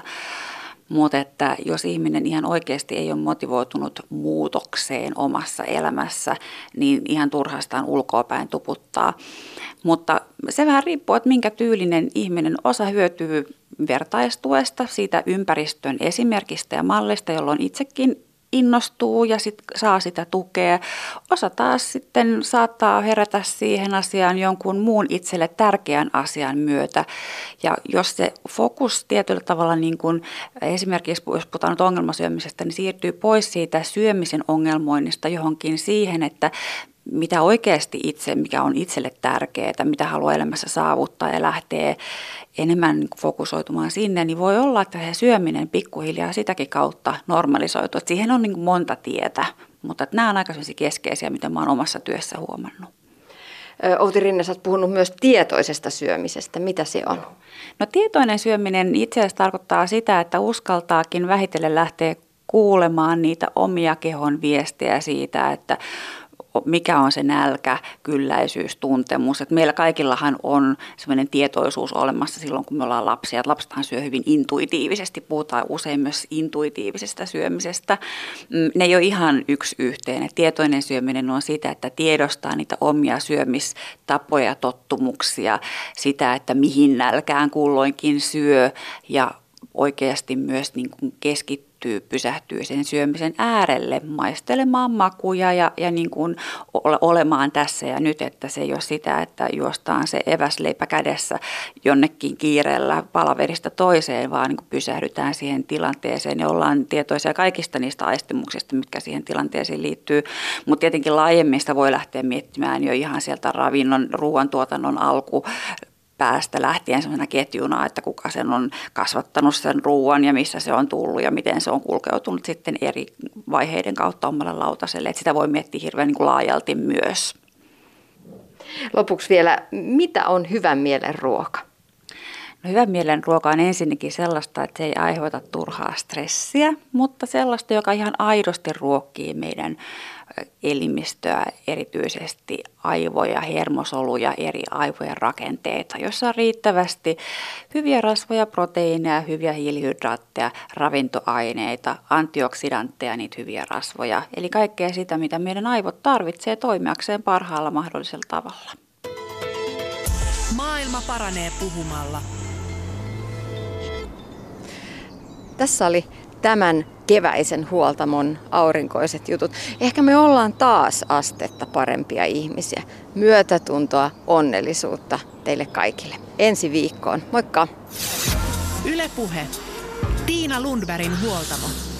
Speaker 6: Mutta että jos ihminen ihan oikeasti ei ole motivoitunut muutokseen omassa elämässä, niin ihan turhastaan ulkoapäin tuputtaa. Mutta se vähän riippuu, että minkä tyylinen ihminen. Osa hyötyy vertaistuesta, siitä ympäristön esimerkistä ja mallista, jolloin itsekin innostuu ja saa sitä tukea. Osa taas sitten saattaa herätä siihen asiaan jonkun muun itselle tärkeän asian myötä. Ja jos se fokus tietyllä tavalla, niin kuin esimerkiksi jos puhutaan nyt ongelmasyömisestä, niin siirtyy pois siitä syömisen ongelmoinnista johonkin siihen, että mitä oikeasti mikä on itselle tärkeää, mitä haluaa elämässä saavuttaa ja lähtee enemmän fokusoitumaan sinne, niin voi olla, että se syöminen pikkuhiljaa sitäkin kautta normalisoituu. Että siihen on niin kuin monta tietä, mutta nämä on aika keskeisiä, mitä mä oon omassa työssä huomannut.
Speaker 3: Outi Rinne, sä oot puhunut myös tietoisesta syömisestä. Mitä se on?
Speaker 6: No tietoinen syöminen itse asiassa tarkoittaa sitä, että uskaltaakin vähitellen lähteä kuulemaan niitä omia kehon viestejä siitä, että mikä on se nälkä, kylläisyys, tuntemus. Että meillä kaikillahan on sellainen tietoisuus olemassa silloin, kun me ollaan lapsia. Että lapsethan syö hyvin intuitiivisesti, puhutaan usein myös intuitiivisesta syömisestä. Ne ei ole ihan yksi yhteen. Et tietoinen syöminen on sitä, että tiedostaa niitä omia syömistapoja ja tottumuksia, sitä, että mihin nälkään kulloinkin syö ja oikeasti myös niin kuin pysähtyy sen syömisen äärelle maistelemaan makuja ja niin kuin olemaan tässä ja nyt, että se ei ole sitä, että juostaan se eväsleipä kädessä jonnekin kiireellä palaverista toiseen, vaan niin kuin pysähdytään siihen tilanteeseen ja ollaan tietoisia kaikista niistä aistimuksista, mitkä siihen tilanteeseen liittyy. Mutta tietenkin laajemmin sitä voi lähteä miettimään jo ihan sieltä ruoantuotannon päästä lähtien sellaisena ketjuna, että kuka sen on kasvattanut sen ruoan ja missä se on tullut ja miten se on kulkeutunut sitten eri vaiheiden kautta omalle lautaselle. Että sitä voi miettiä hirveän niin kuin laajalti myös.
Speaker 3: Lopuksi vielä, mitä on hyvän mielen ruoka?
Speaker 6: No, hyvän mielen ruoka on ensinnäkin sellaista, että se ei aiheuta turhaa stressiä, mutta sellaista, joka ihan aidosti ruokkii meidän elimistöä, erityisesti aivoja, hermosoluja, eri aivojen rakenteita, jossa on riittävästi hyviä rasvoja, proteiineja, hyviä hiilihydraatteja, ravintoaineita, antioksidantteja, niitä hyviä rasvoja. Eli kaikkea sitä, mitä meidän aivot tarvitsee toimijakseen parhaalla mahdollisella tavalla.
Speaker 2: Maailma paranee puhumalla.
Speaker 3: Tässä oli tämän keväisen Huoltamon aurinkoiset jutut. Ehkä me ollaan taas astetta parempia ihmisiä. Myötätuntoa, onnellisuutta teille kaikille. Ensi viikkoon. Moikka!
Speaker 2: Yle Puhe. Tiina Lundbergin Huoltamo.